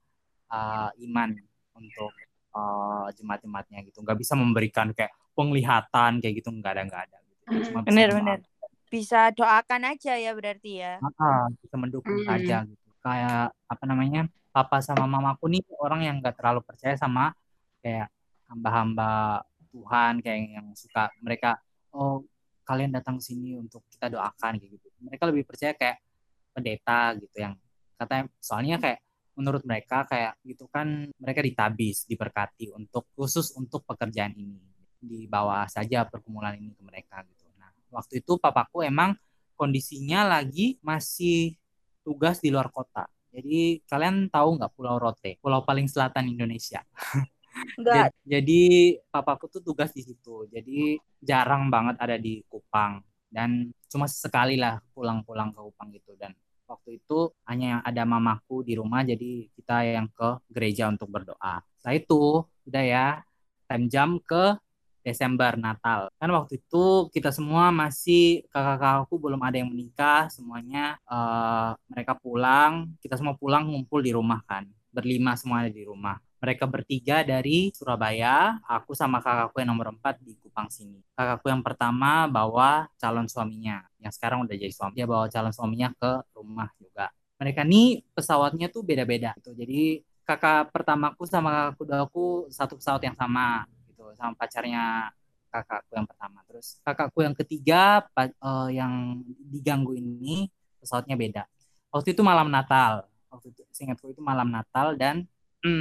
iman untuk jemaat-jemaatnya gitu. Nggak bisa memberikan kayak penglihatan kayak gitu, nggak ada. Gitu. Cuma Benar. Bisa doakan aja ya berarti ya. Bisa mendukung saja gitu. Kayak papa sama mamaku nih orang yang nggak terlalu percaya sama kayak hamba-hamba Tuhan, kayak yang suka mereka kalian datang ke sini untuk kita doakan gitu. Mereka lebih percaya kayak pendeta gitu yang katanya, soalnya kayak menurut mereka kayak gitu kan mereka ditabis, diberkati khusus untuk pekerjaan ini. Dibawa saja pergumulan ini ke mereka gitu. Nah, waktu itu papaku emang kondisinya lagi masih tugas di luar kota. Jadi kalian tahu nggak Pulau Rote, pulau paling selatan Indonesia? Enggak. Jadi papaku tuh tugas di situ. Jadi jarang banget ada di Kupang dan cuma sekali lah pulang-pulang ke Kupang gitu. Dan waktu itu hanya ada mamaku di rumah, jadi kita yang ke gereja untuk berdoa. Setelah itu udah ya time jam ke Desember Natal. Kan waktu itu kita semua masih, kakak-kakakku belum ada yang menikah, semuanya mereka pulang, kita semua pulang ngumpul di rumah kan. Berlima semuanya di rumah. Mereka bertiga dari Surabaya, aku sama kakakku yang nomor 4 di Kupang sini. Kakakku yang pertama bawa calon suaminya, yang sekarang udah jadi suami. Dia bawa calon suaminya ke rumah juga. Mereka nih pesawatnya tuh beda-beda gitu. Jadi kakak pertamaku sama kakak keduaku satu pesawat yang sama gitu, sama pacarnya kakakku yang pertama. Terus kakakku yang ketiga yang diganggu ini pesawatnya beda. Waktu itu malam Natal. Seingatku itu malam Natal dan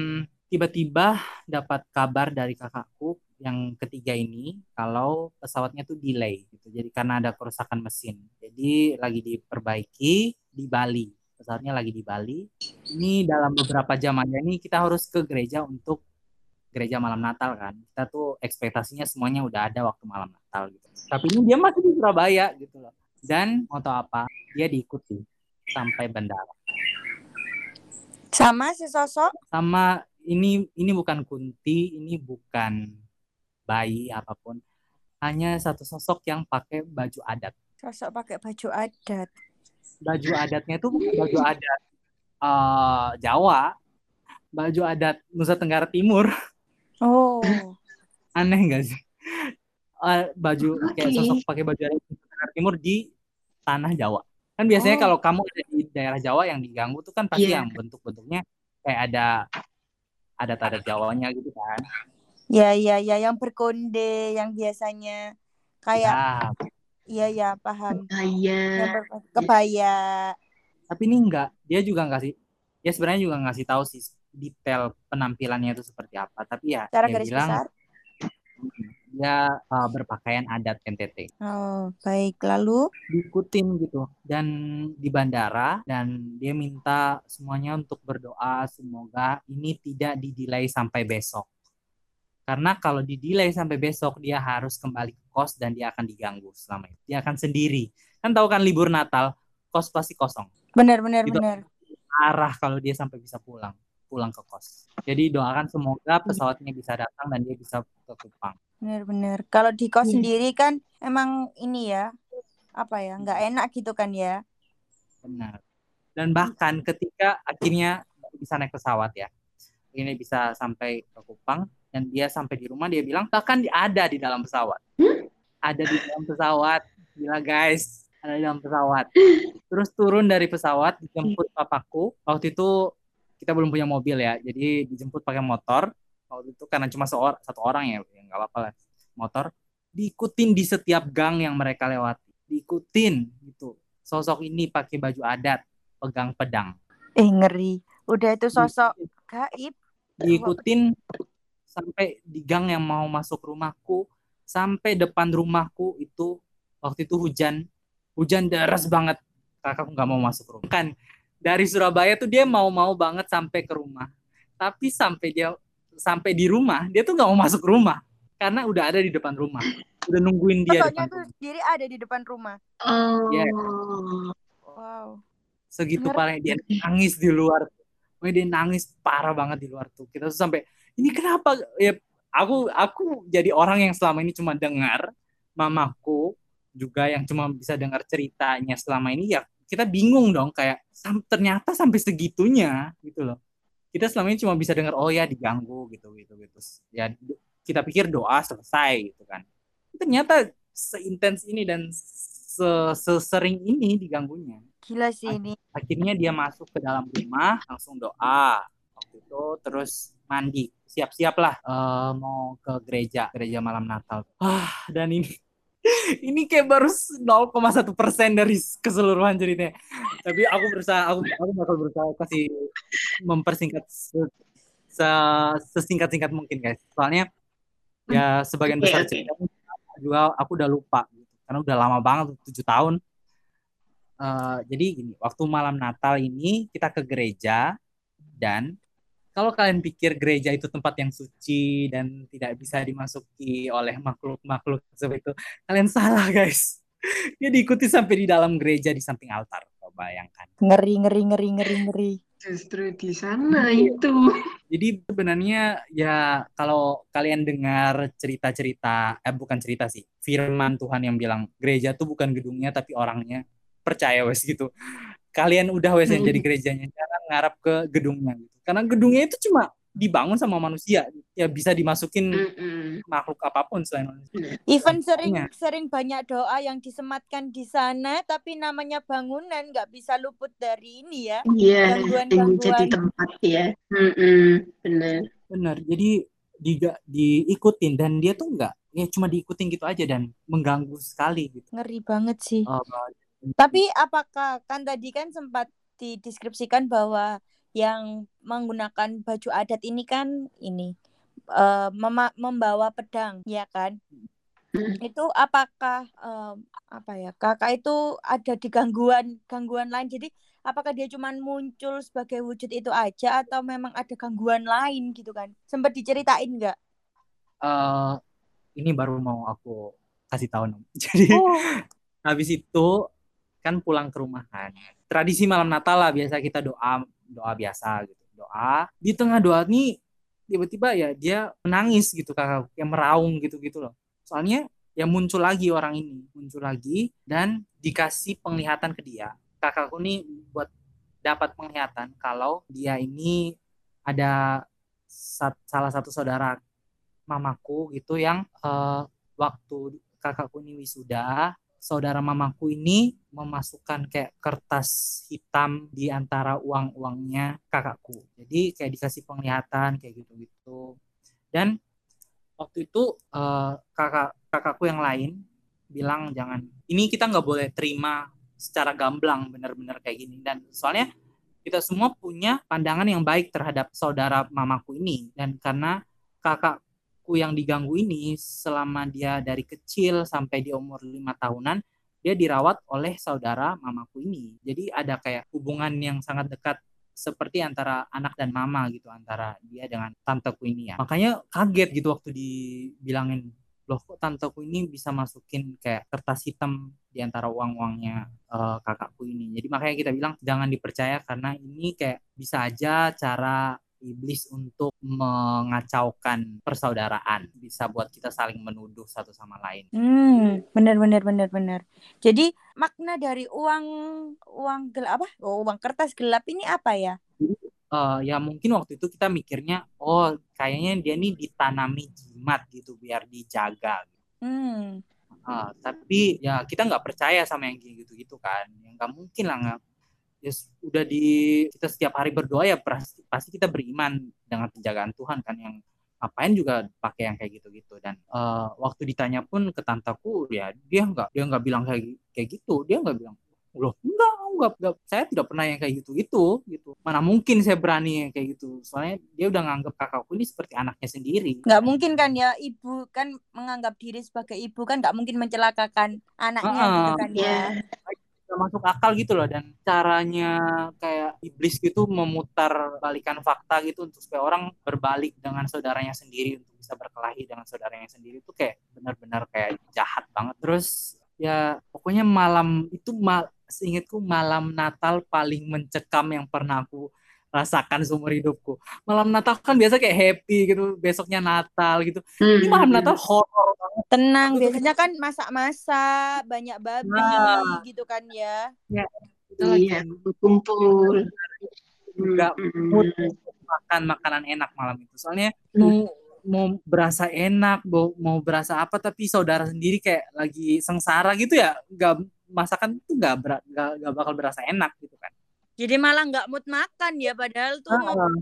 tiba-tiba dapat kabar dari kakakku yang ketiga ini kalau pesawatnya tuh delay gitu. Jadi karena ada kerusakan mesin. Jadi lagi diperbaiki di Bali. Pesawatnya lagi di Bali. Ini dalam beberapa jam aja nih kita harus ke gereja untuk gereja malam Natal kan. Kita tuh ekspektasinya semuanya udah ada waktu malam Natal gitu. Tapi ini dia masih di Surabaya gitu loh. Dan mau tahu apa? Dia diikuti sampai bandara. Sama si sosok? Sama ini bukan Kunti, ini bukan bayi apapun. Hanya satu sosok yang pakai baju adat. Sosok pakai baju adat. Baju adatnya itu bukan baju adat Jawa, baju adat Nusa Tenggara Timur. Oh. Aneh nggak sih? Baju kayak sosok pakai baju adat Nusa Tenggara Timur di tanah Jawa. Kan biasanya kalau kamu ada di daerah Jawa yang diganggu tuh kan pasti yang bentuk-bentuknya kayak ada adat-adat Jawanya gitu kan. Ya, yang berkonde, yang biasanya kayak ya paham. Kebaya. Tapi ini enggak, dia juga enggak sih. Ya sebenarnya juga ngasih tahu sih detail penampilannya itu seperti apa. Tapi ya cara dia garis bilang besar dia berpakaian adat NTT. Oh, baik. Lalu diikutin gitu dan di bandara dan dia minta semuanya untuk berdoa semoga ini tidak di-delay sampai besok. Karena kalau di-delay sampai besok dia harus kembali ke kos dan dia akan diganggu selama itu. Dia akan sendiri. Kan tahu kan libur Natal, kos pasti kosong. Benar. Arah kalau dia sampai bisa pulang ke kos. Jadi doakan semoga pesawatnya bisa datang dan dia bisa ke Kupang. Benar. Kalau di kos sendiri kan emang ini ya, apa ya, nggak enak gitu kan ya. Benar. Dan bahkan ketika akhirnya bisa naik pesawat ya, ini bisa sampai ke Kupang dan dia sampai di rumah dia bilang bahkan ada di dalam pesawat. Ada di dalam pesawat. Gila guys, ada di dalam pesawat. Terus turun dari pesawat dijemput papaku. Waktu itu kita belum punya mobil ya, jadi dijemput pakai motor. Waktu itu karena cuma satu orang ya nggak apa-apa lah. Motor diikutin di setiap gang yang mereka lewati. Diikutin gitu. Sosok ini pakai baju adat, pegang pedang. Ngeri. Udah itu sosok gaib. Diikutin sampai di gang yang mau masuk rumahku, sampai depan rumahku itu waktu itu hujan deras banget. Kakakku nggak mau masuk rumah. Kan dari Surabaya tuh dia mau banget sampai ke rumah. Tapi sampai di rumah dia tuh nggak mau masuk rumah karena udah ada di depan rumah. Udah nungguin dia. Sosoknya tuh sendiri ada di depan rumah. Wow. Segitu parahnya dia nangis di luar. Dia nangis parah banget di luar tuh. Kita tuh sampai ini kenapa ya aku jadi orang yang selama ini cuma dengar, mamaku juga yang cuma bisa dengar ceritanya selama ini ya kita bingung dong kayak ternyata sampai segitunya gitu loh. Kita selama ini cuma bisa dengar oh ya diganggu gitu. Ya kita pikir doa selesai gitu kan. Ternyata seintens ini dan sesering ini diganggunya. Gila sih ini. Akhirnya dia masuk ke dalam rumah langsung doa waktu itu terus mandi siap-siap lah mau ke gereja malam Natal. Dan ini kayak baru 0,1% dari keseluruhan ceritanya. Tapi aku bakal berusaha kasih mempersingkat sesingkat-singkat mungkin guys. Soalnya ya sebagian besar ceritanya juga aku udah lupa gitu. Karena udah lama banget 7 tahun. Jadi gini, waktu malam Natal ini kita ke gereja dan kalau kalian pikir gereja itu tempat yang suci dan tidak bisa dimasuki oleh makhluk-makhluk seperti itu, kalian salah guys. Dia diikuti sampai di dalam gereja di samping altar. Coba bayangkan. Ngeri. Justru di sana itu. Jadi sebenarnya ya kalau kalian dengar cerita-cerita, bukan cerita sih, firman Tuhan yang bilang gereja tuh bukan gedungnya tapi orangnya. Percaya wes gitu. Kalian udah wes yang jadi gerejanya, jangan ngarap ke gedungnya gitu. Karena gedungnya itu cuma dibangun sama manusia, ya bisa dimasukin makhluk apapun selain manusia. Even sering banyak doa yang disematkan di sana, tapi namanya bangunan nggak bisa luput dari ini ya. Iya, jadi tempat ya. Benar. Jadi diikutin dan dia tuh nggak, ya cuma diikutin gitu aja dan mengganggu sekali gitu. Ngeri banget sih. Tapi apakah kan tadi kan sempat dideskripsikan bahwa yang menggunakan baju adat ini kan membawa pedang, ya kan? Itu apakah apa ya, kakak itu ada di gangguan lain, jadi apakah dia cuma muncul sebagai wujud itu aja atau memang ada gangguan lain gitu kan, sempat diceritain nggak? Eh, ini baru mau aku kasih tahu Nom. Jadi habis itu kan pulang ke rumah kan, tradisi malam Natal lah, biasa kita doa doa biasa gitu, doa di tengah doa nih tiba-tiba ya dia menangis gitu, kakak yang meraung gitu gitu loh. Soalnya ya muncul lagi orang ini, muncul lagi dan dikasih penglihatan ke dia. Kakakku nih buat dapat penglihatan kalau dia ini ada salah satu saudara mamaku gitu yang waktu kakakku ini wisuda, saudara mamaku ini memasukkan kayak kertas hitam di antara uang-uangnya kakakku. Jadi kayak dikasih penglihatan kayak gitu-gitu. Dan waktu itu kakakku yang lain bilang jangan, ini kita nggak boleh terima secara gamblang benar-benar kayak gini. Dan soalnya kita semua punya pandangan yang baik terhadap saudara mamaku ini, dan karena kakakku yang diganggu ini selama dia dari kecil sampai di umur 5 tahunan dia dirawat oleh saudara mamaku ini. Jadi ada kayak hubungan yang sangat dekat seperti antara anak dan mama gitu, antara dia dengan tanteku ini ya. Makanya kaget gitu waktu dibilangin, loh kok tanteku ini bisa masukin kayak kertas hitam di antara uang-uangnya kakakku ini. Jadi makanya kita bilang jangan dipercaya, karena ini kayak bisa aja cara iblis untuk mengacaukan persaudaraan, bisa buat kita saling menuduh satu sama lain. Benar. Jadi makna dari uang gelap apa? Oh, uang kertas gelap ini apa ya? Ya mungkin waktu itu kita mikirnya, oh kayaknya dia nih ditanami jimat gitu biar dijaga. Tapi ya kita nggak percaya sama yang gitu-gitu kan, yang nggak mungkin lah, nggak. Ya udah kita setiap hari berdoa ya pasti kita beriman dengan penjagaan Tuhan kan, yang ngapain juga pakai yang kayak gitu-gitu. Dan waktu ditanya pun ke tantaku ya dia nggak bilang kayak gitu, dia nggak bilang loh enggak, saya tidak pernah yang kayak gitu gitu, mana mungkin saya berani yang kayak gitu. Soalnya dia udah nganggap kakakku ini seperti anaknya sendiri. Nggak mungkin kan ya, ibu kan menganggap diri sebagai ibu kan nggak mungkin mencelakakan anaknya gitu kan ya. Gak masuk akal gitu loh. Dan caranya kayak iblis gitu memutar balikan fakta gitu untuk supaya orang berbalik dengan saudaranya sendiri, untuk bisa berkelahi dengan saudaranya sendiri, itu kayak benar-benar kayak jahat banget. Terus ya pokoknya malam itu seingatku malam Natal paling mencekam yang pernah aku rasakan seumur hidupku. Malam Natal kan biasa kayak happy gitu, besoknya Natal gitu. Ini malam Natal horor banget. Tenang, biasanya kan masak-masak, banyak babi gitu kan ya. Iya, berkumpul. Juga mood makan makanan enak malam itu. Soalnya mau berasa enak, mau berasa apa, tapi saudara sendiri kayak lagi sengsara gitu ya, masakan itu nggak bakal berasa enak gitu kan. Jadi malah nggak mood makan ya, padahal tuh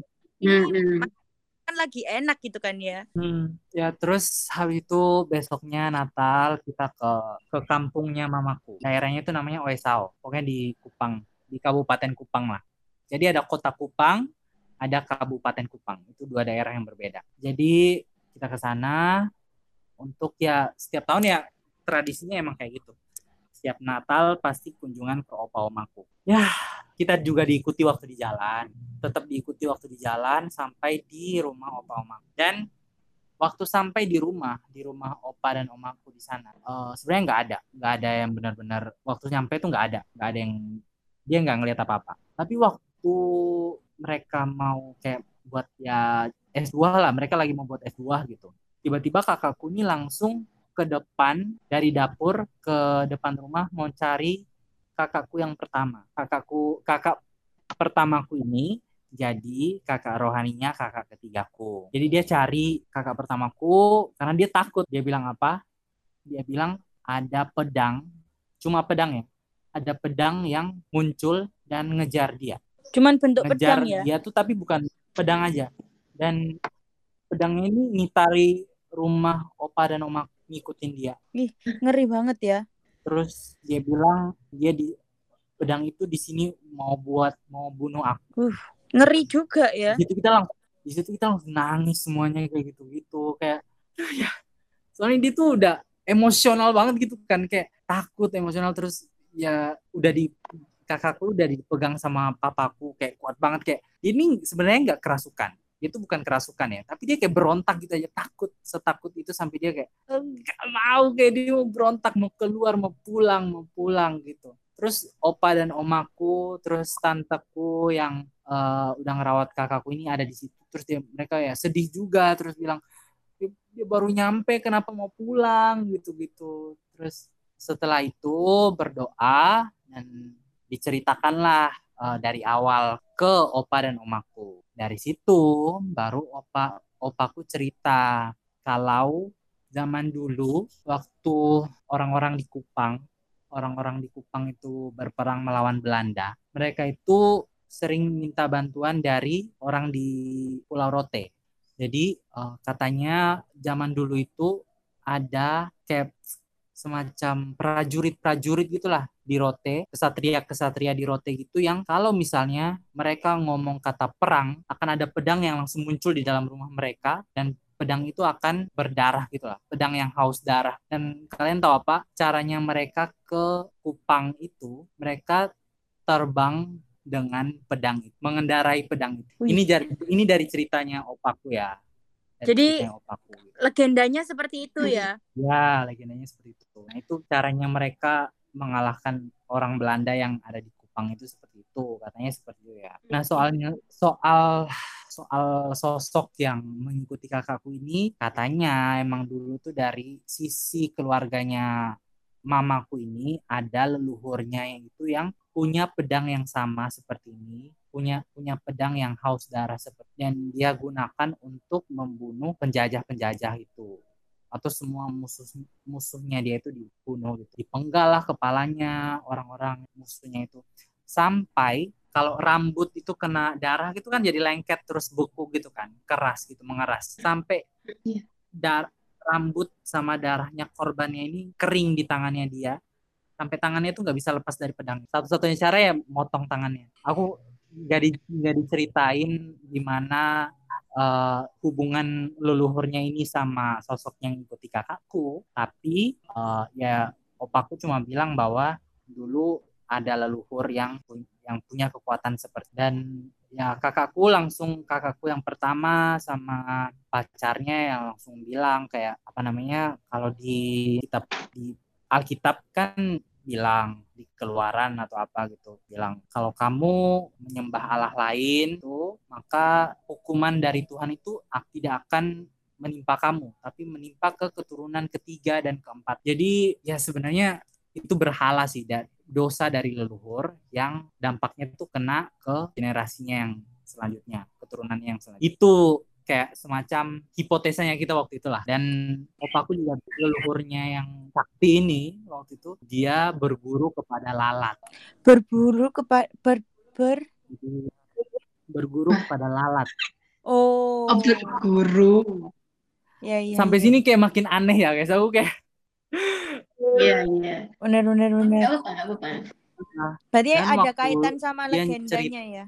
kan lagi enak gitu kan ya. Ya terus habis itu besoknya Natal kita ke kampungnya mamaku. Daerahnya itu namanya Oesao. Pokoknya di Kupang, di Kabupaten Kupang lah. Jadi ada kota Kupang, ada Kabupaten Kupang. Itu dua daerah yang berbeda. Jadi kita ke sana untuk ya setiap tahun ya tradisinya emang kayak gitu. Setiap Natal pasti kunjungan ke opa omaku. Ya, kita juga diikuti waktu di jalan. Tetap diikuti waktu di jalan sampai di rumah opa omaku. Dan waktu sampai di rumah opa dan omaku di sana, sebenarnya nggak ada yang benar-benar waktu nyampe itu nggak ada yang, dia nggak ngeliat apa-apa. Tapi waktu mereka mau kayak buat ya S2 lah, mereka lagi mau buat S2 gitu. Tiba-tiba kakakku ini langsung ke depan dari dapur ke depan rumah mau cari kakakku yang pertama. Kakak pertamaku ini jadi kakak rohaninya kakak ketigaku. Jadi dia cari kakak pertamaku karena dia takut. Dia bilang apa? Dia bilang ada pedang, cuma pedang ya. Ada pedang yang muncul dan ngejar dia. Cuman bentuk pedang ya? Ngejar dia tuh tapi bukan pedang aja. Dan pedangnya ini ngitari rumah opa dan oma, ngikutin dia. Ih, ngeri banget ya. Terus dia bilang pedang itu di sini mau bunuh aku. Ngeri juga ya. Di situ kita langsung nangis semuanya kayak gitu-gitu kayak ya. Soalnya dia tuh udah emosional banget gitu kan, kayak takut, emosional, terus ya udah di kakakku udah dipegang sama papaku kayak kuat banget, kayak ini sebenarnya nggak kerasukan, itu bukan kerasukan ya, tapi dia kayak berontak gitu aja, takut setakut itu sampai dia kayak nggak mau, kayak dia mau berontak, mau keluar, mau pulang gitu. Terus opa dan omaku, terus tanteku yang udah ngerawat kakakku ini ada di situ, terus mereka ya sedih juga, terus bilang dia baru nyampe kenapa mau pulang gitu-gitu. Terus setelah itu berdoa dan diceritakanlah dari awal ke opa dan omaku. Dari situ baru opaku cerita kalau zaman dulu waktu orang-orang di Kupang, orang-orang di Kupang itu berperang melawan Belanda, mereka itu sering minta bantuan dari orang di Pulau Rote. Jadi katanya zaman dulu itu ada kayak semacam prajurit-prajurit gitulah di Rote, kesatria-kesatria di Rote gitu, yang kalau misalnya mereka ngomong kata perang, akan ada pedang yang langsung muncul di dalam rumah mereka, dan pedang itu akan berdarah gitu lah, pedang yang haus darah. Dan kalian tahu apa? Caranya mereka ke Kupang itu, mereka terbang dengan pedang itu, mengendarai pedang itu. Wih. Ini dari ceritanya opaku ya. Jadi legendanya seperti itu ya? Ya, legendanya seperti itu. Nah, itu caranya mereka mengalahkan orang Belanda yang ada di Kupang itu seperti itu, katanya seperti itu ya. Nah, soal sosok yang mengikuti kakakku ini, katanya emang dulu tuh dari sisi keluarganya mamaku ini ada leluhurnya yang itu yang punya pedang yang sama seperti ini, punya pedang yang haus darah seperti, dan dia gunakan untuk membunuh penjajah-penjajah itu, atau semua musuhnya dia itu dibunuh gitu, dipenggal lah kepalanya orang-orang musuhnya itu, sampai kalau rambut itu kena darah gitu kan jadi lengket terus beku gitu kan, keras gitu, mengeras sampai rambut sama darahnya korbannya ini kering di tangannya dia, sampai tangannya itu nggak bisa lepas dari pedang. Satu-satunya cara ya motong tangannya. Aku nggak diceritain gimana hubungan leluhurnya ini sama sosok yang ikuti kakakku, tapi ya opaku cuma bilang bahwa dulu ada leluhur yang punya kekuatan seperti, dan ya kakakku yang pertama sama pacarnya yang langsung bilang kayak apa namanya, kalau di Alkitab kan bilang di Keluaran atau apa gitu, bilang kalau kamu menyembah Allah lain tuh, maka hukuman dari Tuhan itu tidak akan menimpa kamu, tapi menimpa ke keturunan ketiga dan keempat. Jadi ya sebenarnya itu berhala sih, dosa dari leluhur yang dampaknya itu kena ke generasinya yang selanjutnya, keturunan yang selanjutnya. Itu kayak semacam hipotesanya kita waktu itulah. Dan opaku juga leluhurnya yang sakti ini waktu itu dia berguru kepada lalat. Berguru kepada berguru kepada lalat. Oh, berguru. Ya, sampai sini kayak makin aneh ya guys, aku kayak Iya. Benar. Gak apa-apa. Berarti ada kaitan sama legendanya ya.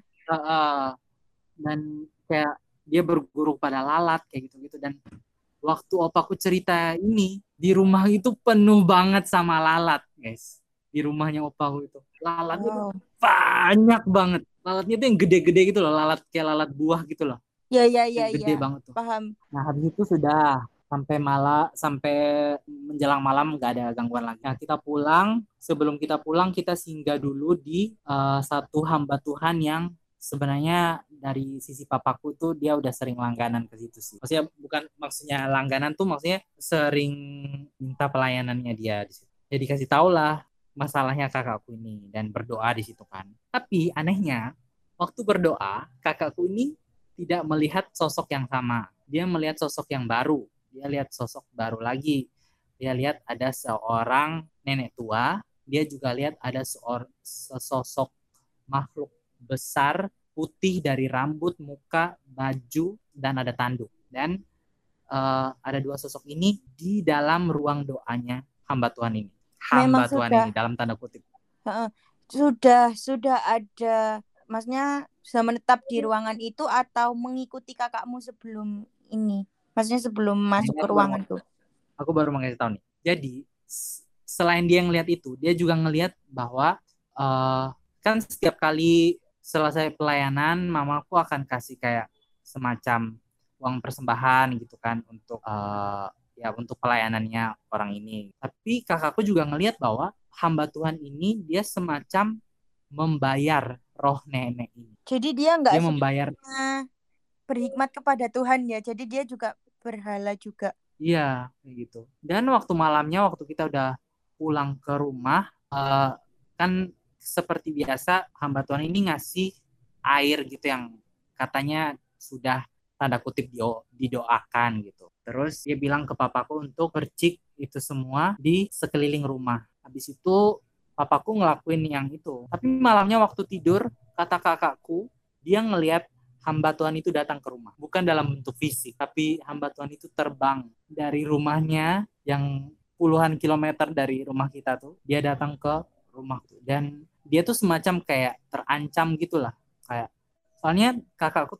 Dan kayak dia berguru pada lalat kayak gitu-gitu. Dan waktu opaku cerita ini, di rumah itu penuh banget sama lalat guys. Di rumahnya opaku itu lalatnya banyak banget. Lalatnya tuh yang gede-gede gitu loh, lalat kayak lalat buah gitu loh. Iya. Gede banget tuh. Paham. Nah habis itu sudah sampai menjelang malam nggak ada gangguan lagi. Nah kita pulang, sebelum kita pulang kita singgah dulu di satu hamba Tuhan yang sebenarnya dari sisi papaku tuh dia udah sering langganan ke situ sih. Maksudnya langganan tuh maksudnya sering minta pelayanannya dia di situ. Jadi kasih tau lah masalahnya kakakku ini dan berdoa di situ kan. Tapi anehnya waktu berdoa kakakku ini tidak melihat sosok yang sama. Dia melihat sosok yang baru. Dia lihat sosok baru lagi. Dia lihat ada seorang nenek tua. Dia juga lihat ada sosok makhluk besar, putih dari rambut, muka, baju, dan ada tanduk. Dan ada dua sosok ini di dalam ruang doanya hamba Tuhan ini. Ini dalam tanda kutip. Sudah ada, maksudnya bisa menetap di ruangan itu atau mengikuti kakakmu sebelum ini? Maksudnya sebelum masuk Ini ke ruangan tuh. aku baru mau kasih tahu nih. Jadi selain dia ngelihat itu, dia juga ngelihat bahwa kan setiap kali selesai pelayanan, mamaku akan kasih kayak semacam uang persembahan gitu kan untuk ya untuk pelayanannya orang ini. Tapi kakakku juga ngelihat bahwa hamba Tuhan ini dia semacam membayar roh nenek ini. Jadi dia nggak Dia membayar. berhikmat kepada Tuhan ya. Jadi dia juga berhala juga. Iya, kayak gitu. Dan waktu malamnya, waktu kita udah pulang ke rumah, kan seperti biasa hamba Tuhan ini ngasih air gitu yang katanya sudah tanda kutip didoakan gitu. Terus dia bilang ke papaku untuk percik itu semua di sekeliling rumah. Habis itu papaku ngelakuin yang itu. Tapi malamnya waktu tidur, kata kakakku, dia ngelihat hamba Tuhan itu datang ke rumah. Bukan dalam bentuk fisik, tapi hamba Tuhan itu terbang dari rumahnya yang puluhan kilometer dari rumah kita tuh. Dia datang ke rumah tuh. Dan dia tuh semacam kayak terancam gitulah. Kayak soalnya kakak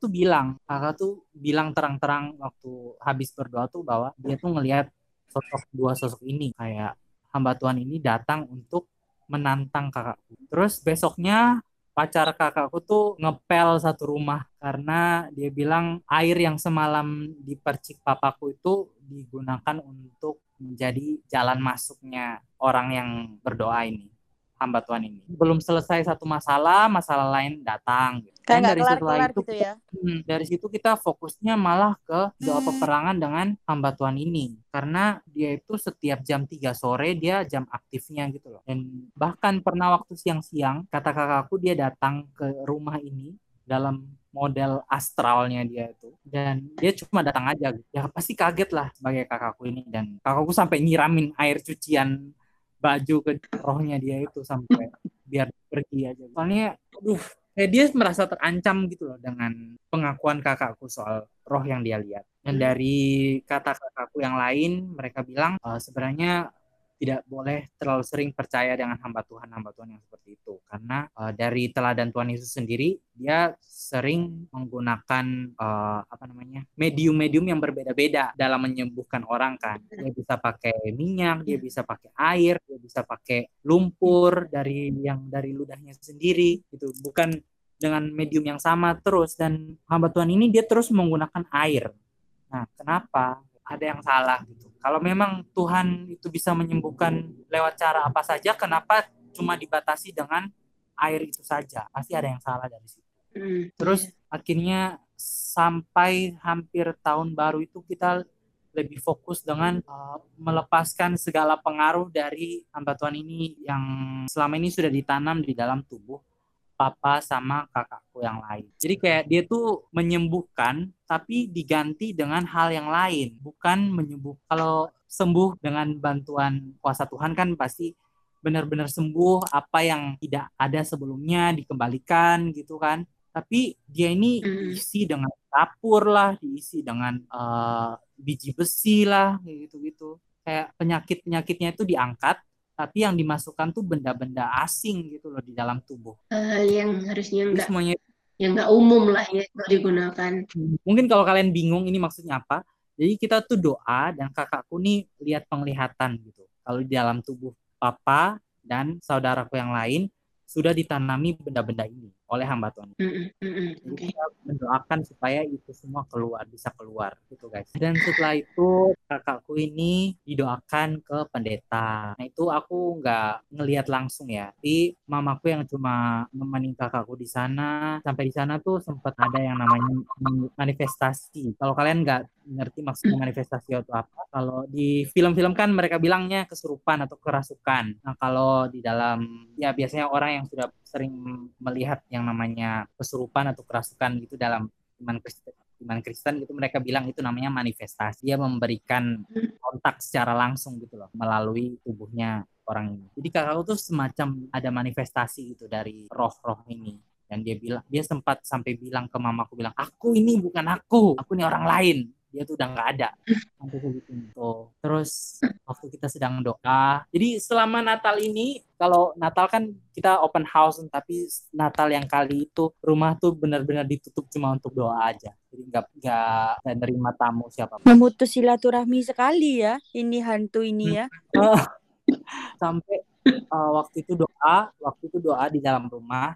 tuh bilang terang-terang waktu habis berdoa tuh bahwa dia tuh ngelihat dua sosok ini. Kayak hamba Tuhan ini datang untuk menantang kakakku. Terus besoknya pacar kakakku tuh ngepel satu rumah karena dia bilang air yang semalam dipercik papaku itu digunakan untuk menjadi jalan masuknya orang yang berdoa ini, hamba Tuhan ini. Belum selesai satu masalah lain datang. Kayak Dan nggak dari setelah kelar-kelar itu gitu ya. dari situ kita fokusnya malah ke doa peperangan dengan hamba Tuhan ini. Karena dia itu setiap jam 3 sore dia jam aktifnya gitu loh. Dan bahkan pernah waktu siang-siang, kata kakakku dia datang ke rumah ini dalam model astralnya dia itu. Dan dia cuma datang aja gitu. Ya pasti kaget lah sebagai kakakku ini. Dan kakakku sampai nyiramin air cucian baju ke rohnya dia itu sampai biar pergi aja. Soalnya, kayak dia merasa terancam gitu loh dengan pengakuan kakakku soal roh yang dia lihat. Dan dari kata kakakku yang lain, mereka bilang sebenarnya tidak boleh terlalu sering percaya dengan hamba Tuhan yang seperti itu. Karena dari teladan Tuhan Yesus sendiri, dia sering menggunakan medium-medium yang berbeda-beda dalam menyembuhkan orang kan. Dia bisa pakai minyak, dia bisa pakai air, dia bisa pakai lumpur dari ludahnya sendiri gitu. Bukan dengan medium yang sama terus. Dan hamba Tuhan ini dia terus menggunakan air. Nah, kenapa? Ada yang salah gitu. Kalau memang Tuhan itu bisa menyembuhkan lewat cara apa saja, kenapa cuma dibatasi dengan air itu saja? Pasti ada yang salah dari situ. Terus akhirnya sampai hampir tahun baru itu kita lebih fokus dengan melepaskan segala pengaruh dari hamba Tuhan ini yang selama ini sudah ditanam di dalam tubuh papa sama kakakku yang lain. Jadi kayak dia tuh menyembuhkan tapi diganti dengan hal yang lain, bukan menyembuh. Kalau sembuh dengan bantuan kuasa Tuhan kan pasti benar-benar sembuh, apa yang tidak ada sebelumnya dikembalikan gitu kan. Tapi dia ini diisi dengan kapur lah, diisi dengan biji besi lah gitu-gitu. Kayak penyakit-penyakitnya itu diangkat, tapi yang dimasukkan tuh benda-benda asing gitu loh di dalam tubuh. Yang harusnya semuanya yang nggak umum lah ya kalau digunakan. Mungkin kalau kalian bingung ini maksudnya apa, jadi kita tuh doa dan kakakku nih lihat penglihatan gitu. Kalau di dalam tubuh papa dan saudaraku yang lain sudah ditanami benda-benda ini oleh hamba Tuhan. Jadi kita mendoakan supaya itu semua bisa keluar gitu guys. Dan setelah itu kakakku ini didoakan ke pendeta. Nah itu aku nggak ngelihat langsung ya. Tapi mamaku yang cuma menemani kakakku di sana. Sampai di sana tuh sempat ada yang namanya manifestasi. Kalau kalian nggak ngerti maksudnya manifestasi itu apa, kalau di film-film kan mereka bilangnya kesurupan atau kerasukan. Nah kalau di dalam ya biasanya orang yang sudah sering melihat yang namanya kesurupan atau kerasukan gitu dalam iman Kristen gitu, mereka bilang itu namanya manifestasi. Dia memberikan kontak secara langsung gitu loh melalui tubuhnya orang ini. Jadi kakakku tuh semacam ada manifestasi gitu dari roh-roh ini. Dan dia sempat sampai bilang ke mamaku, bilang, aku ini bukan aku ini orang lain. dia tuh udah nggak ada sampai segitu tuh. Terus waktu kita sedang doa, jadi selama Natal ini, kalau Natal kan kita open house, tapi Natal yang kali itu rumah tuh benar-benar ditutup cuma untuk doa aja, jadi nggak nerima tamu siapa. Memutus silaturahmi sekali ya ini hantu ini ya. Sampai waktu itu doa di dalam rumah,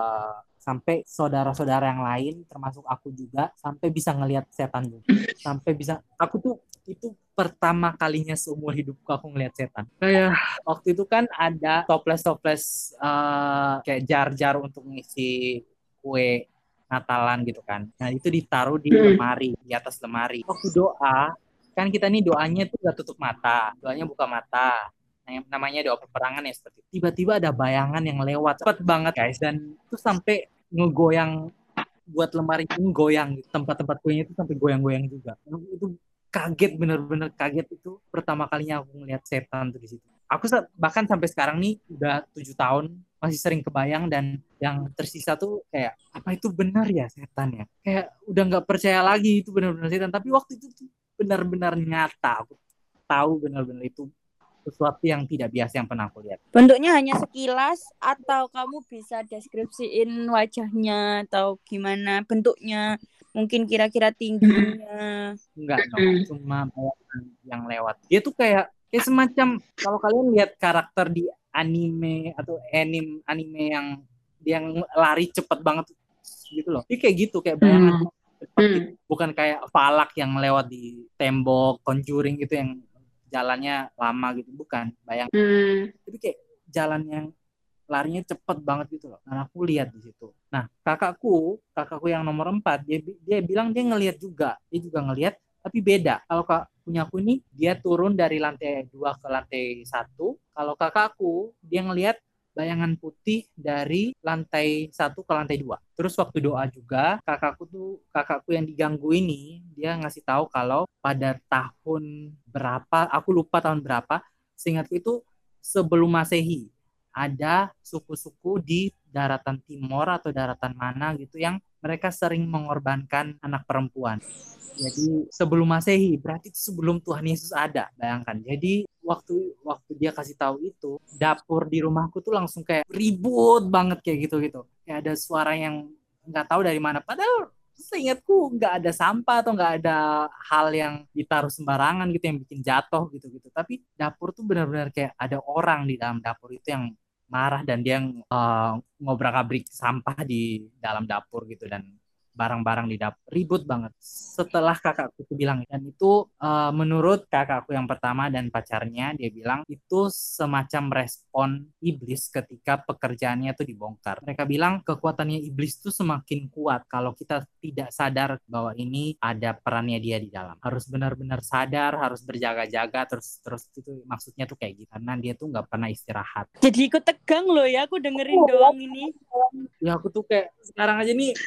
sampai saudara-saudara yang lain termasuk aku juga sampai bisa ngelihat setan juga. Sampai bisa, aku tuh itu pertama kalinya seumur hidupku aku ngelihat setan. Kayak waktu itu kan ada toples kayak jar-jar untuk ngisi kue Natalan gitu kan. Nah itu ditaruh di lemari, di atas lemari. Waktu doa, kan kita nih doanya tuh gak tutup mata, doanya buka mata. Nah, namanya doa peperangan ya seperti itu. Tiba-tiba ada bayangan yang lewat cepat banget guys, dan itu sampai ngegoyang, buat lemari ini goyang gitu. Tempat-tempat kuenya itu sampai goyang-goyang juga. Itu kaget, bener-bener kaget. Itu pertama kalinya aku ngeliat setan tuh di situ. Aku bahkan sampai sekarang nih udah 7 tahun masih sering kebayang, dan yang tersisa tuh kayak apa itu benar ya setan ya? Kayak udah nggak percaya lagi itu benar-benar setan. Tapi waktu itu tuh benar-benar nyata. Aku tahu benar-benar itu sesuatu yang tidak biasa yang pernah aku lihat. Bentuknya hanya sekilas atau kamu bisa deskripsiin wajahnya atau gimana bentuknya? Mungkin kira-kira tingginya. Enggak, no. Cuma bayangan yang lewat. Dia tuh kayak semacam, kalau kalian lihat karakter di anime atau anime yang lari cepet banget gitu loh. Dia kayak gitu, kayak bayangan cepet, bukan kayak Falak yang lewat di tembok Conjuring gitu yang jalannya lama gitu, bukan, bayang. Tapi kayak jalan yang larinya cepet banget gitu loh. Nah aku lihat di situ. Nah kakakku yang nomor 4, dia bilang dia ngelihat juga, dia juga ngelihat, tapi beda. Kalau punyaku ini dia turun dari lantai 2 ke lantai 1. Kalau kakakku dia ngelihat bayangan putih dari lantai 1 ke lantai 2. Terus waktu doa juga, kakakku yang diganggu ini, dia ngasih tahu kalau pada tahun berapa, aku lupa tahun berapa, seingatku itu sebelum Masehi, ada suku-suku di daratan timur atau daratan mana gitu yang mereka sering mengorbankan anak perempuan. Jadi sebelum Masehi, berarti itu sebelum Tuhan Yesus ada, bayangkan. Jadi waktu dia kasih tahu itu, dapur di rumahku tuh langsung kayak ribut banget kayak gitu. Kayak ada suara yang nggak tahu dari mana. Padahal seingatku nggak ada sampah atau nggak ada hal yang ditaruh sembarangan gitu yang bikin jatuh gitu. Tapi dapur tuh benar-benar kayak ada orang di dalam dapur itu yang marah, dan dia ngobrak-abrik sampah di dalam dapur gitu, dan barang-barang di dapur ribut banget. Setelah kakakku tuh bilang, dan itu menurut kakakku yang pertama dan pacarnya, dia bilang itu semacam respon iblis ketika pekerjaannya tuh dibongkar. Mereka bilang kekuatannya iblis tuh semakin kuat kalau kita tidak sadar bahwa ini ada perannya dia di dalam. Harus benar-benar sadar, harus berjaga-jaga, terus itu maksudnya tuh kayak gitu, karena dia tuh nggak pernah istirahat. Jadi ikut tegang loh ya aku dengerin doang ini. Ya aku tuh kayak sekarang aja nih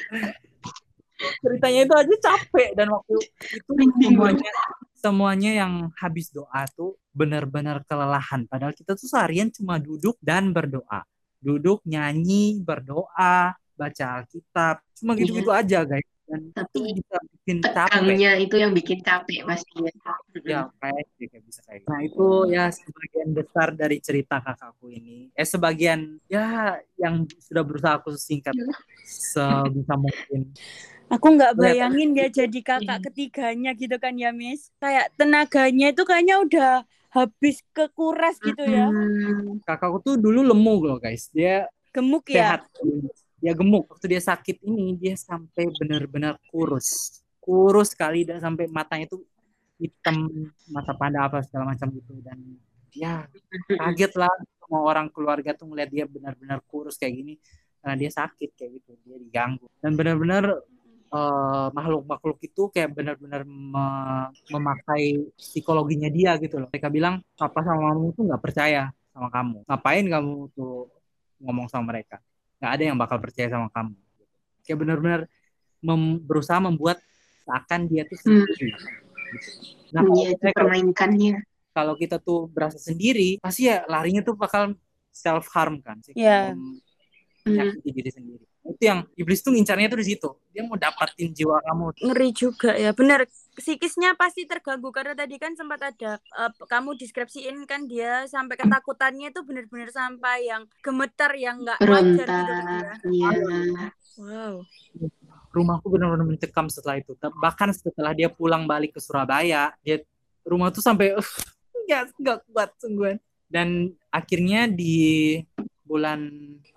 ceritanya itu aja capek, dan waktu itu semuanya yang habis doa tuh benar-benar kelelahan, padahal kita tuh seharian cuma duduk dan berdoa, duduk nyanyi berdoa baca Alkitab, cuma gitu-gitu aja guys, dan tapi itu bisa bikin capek. Tegangnya itu yang bikin capek pastinya. Ya kayak bisa kayak gitu. Nah itu ya sebagian besar dari cerita kakakku ini, sebagian ya yang sudah berusaha aku singkat sebisa mungkin. Aku nggak bayangin dia jadi kakak ketiganya gitu kan ya Miss. Kayak tenaganya itu kayaknya udah habis kekuras gitu ya. Kakakku tuh dulu lemu loh guys. Dia gemuk sehat. Ya. Dia gemuk. Waktu dia sakit ini dia sampai benar-benar kurus. Kurus sekali, dan sampai matanya tuh hitam, mata panda apa segala macam gitu. Dan ya kaget lah semua orang keluarga tuh ngeliat dia benar-benar kurus kayak gini. Karena dia sakit kayak gitu. Dia diganggu. Dan benar-benar makhluk-makhluk itu kayak benar-benar memakai psikologinya dia gitu loh. Mereka bilang papa sama mamamu tuh nggak percaya sama kamu. Ngapain kamu tuh ngomong sama mereka? Nggak ada yang bakal percaya sama kamu. Kayak benar-benar berusaha membuat seakan dia tuh sendiri. Nah, permainkannya. Kalau kita tuh berasa sendiri, pasti ya larinya tuh bakal self harm kan. Yeah. menyakiti diri sendiri. Itu yang iblis tuh ngincarnya tuh di situ. Dia mau dapatin jiwa kamu. Ngeri juga ya, benar. Psikisnya pasti terganggu karena tadi kan sempat ada kamu deskripsiin kan dia sampai ketakutannya itu benar-benar sampai yang gemetar yang nggak wajar gitu kan ya. Iya. Wow. Rumahku benar-benar mencekam setelah itu. Bahkan setelah dia pulang balik ke Surabaya, rumah tuh sampai nggak kuat sungguhan. Dan akhirnya di bulan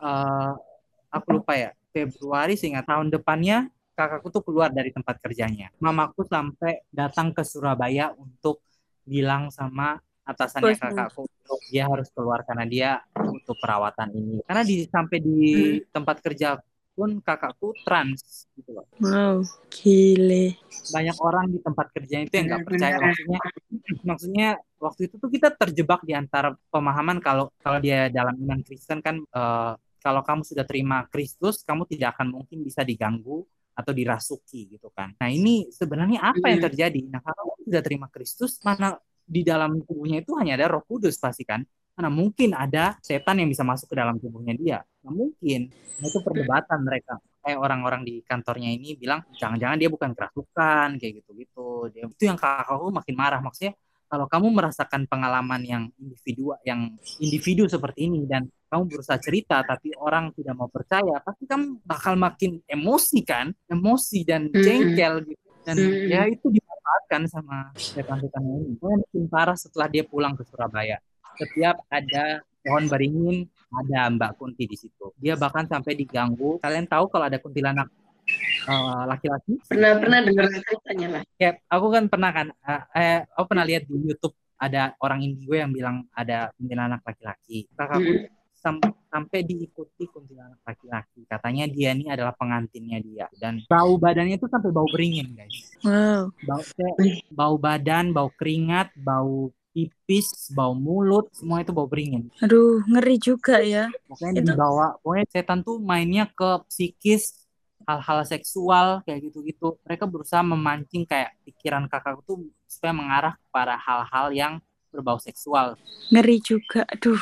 aku lupa ya, Februari sehingga tahun depannya kakakku tuh keluar dari tempat kerjanya. Mamaku sampai datang ke Surabaya untuk bilang sama atasannya kakakku untuk dia harus keluar karena dia butuh perawatan ini. Karena sampai di tempat kerja pun kakakku trans gitu loh. Wow, gile. Banyak orang di tempat kerjanya itu yang nggak percaya. Maksudnya waktu itu tuh kita terjebak di antara pemahaman kalau dia dalam iman Kristen kan kalau kamu sudah terima Kristus, kamu tidak akan mungkin bisa diganggu atau dirasuki gitu kan. Nah ini sebenarnya apa yang terjadi? Nah kalau sudah terima Kristus, mana di dalam tubuhnya itu hanya ada Roh Kudus pasti kan. Mana mungkin ada setan yang bisa masuk ke dalam tubuhnya dia? Nah mungkin. Nah, itu perdebatan mereka. Kayak orang-orang di kantornya ini bilang, jangan-jangan dia bukan kerasukan, kayak gitu-gitu. Itu yang kakakku makin marah. Maksudnya kalau kamu merasakan pengalaman yang individu seperti ini dan kamu berusaha cerita tapi orang tidak mau percaya, pasti kamu bakal makin emosi dan jengkel gitu. Dan ya itu dimanfaatkan sama setan-setan ini. Makin parah setelah dia pulang ke Surabaya. Setiap ada pohon beringin, ada Mbak Kunti di situ. Dia bahkan sampai diganggu. Kalian tahu kalau ada kuntilanak laki-laki? Pernah dengar ceritanya lah. Kayak aku kan pernah kan, aku pernah lihat di YouTube ada orang Indigo yang bilang ada kuntilanak laki-laki. Kakakku sampai diikuti kuntilanak laki-laki. Katanya dia ini adalah pengantinnya dia. Dan bau badannya itu sampai bau beringin, guys. Wow. Bau badan, bau keringat, bau pipis, bau mulut, semua itu bau beringin. Aduh, ngeri juga ya. Pokoknya setan tuh mainnya ke psikis, hal-hal seksual kayak gitu-gitu. Mereka berusaha memancing kayak pikiran kakak tuh supaya mengarah kepada hal-hal yang berbau seksual. Ngeri juga, aduh.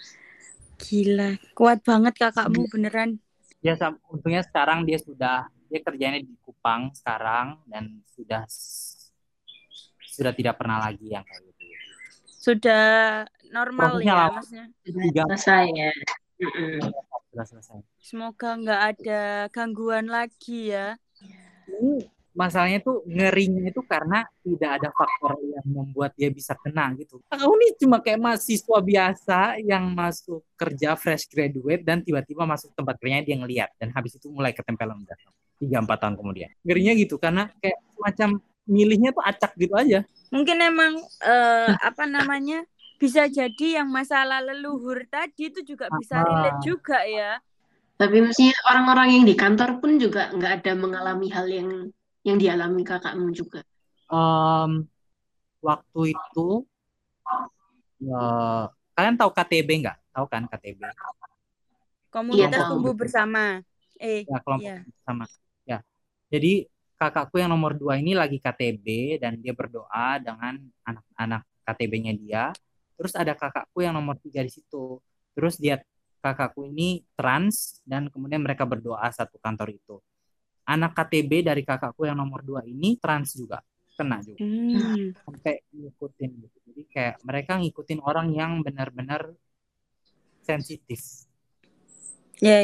Gila, kuat banget kakakmu beneran. Ya, untungnya sekarang dia kerjanya di Kupang sekarang dan sudah tidak pernah lagi yang kayak gitu. Sudah normal prosesnya ya maksudnya. Selesai ya. Sudah selesai. Semoga nggak ada gangguan lagi ya. Ini masalahnya tuh ngerinya itu karena tidak ada faktor yang membuat dia bisa kena gitu. Aku ini cuma kayak mahasiswa biasa yang masuk kerja fresh graduate dan tiba-tiba masuk tempat kerjanya dia ngeliat dan habis itu mulai ketempelan udah 3-4 tahun kemudian. Ngerinya gitu karena kayak semacam milihnya tuh acak gitu aja. Mungkin emang bisa jadi yang masalah leluhur tadi itu juga bisa relate juga ya. Tapi mestinya orang-orang yang di kantor pun juga nggak ada mengalami hal yang dialami kakakmu juga. Waktu itu kalian tahu KTB nggak? Tahu kan KTB? Komunitas tumbuh bersama. Kelompok bersama. Ya. Jadi kakakku yang nomor 2 ini lagi KTB dan dia berdoa dengan anak-anak KTB-nya dia. Terus ada kakakku yang nomor 3 di situ. Terus kakakku ini trans dan kemudian mereka berdoa satu kantor itu. Anak KTB dari kakakku yang nomor 2 ini trans juga, kena juga. Sampai ngikutin gitu. Jadi kayak mereka ngikutin orang yang benar-benar sensitif. Ya.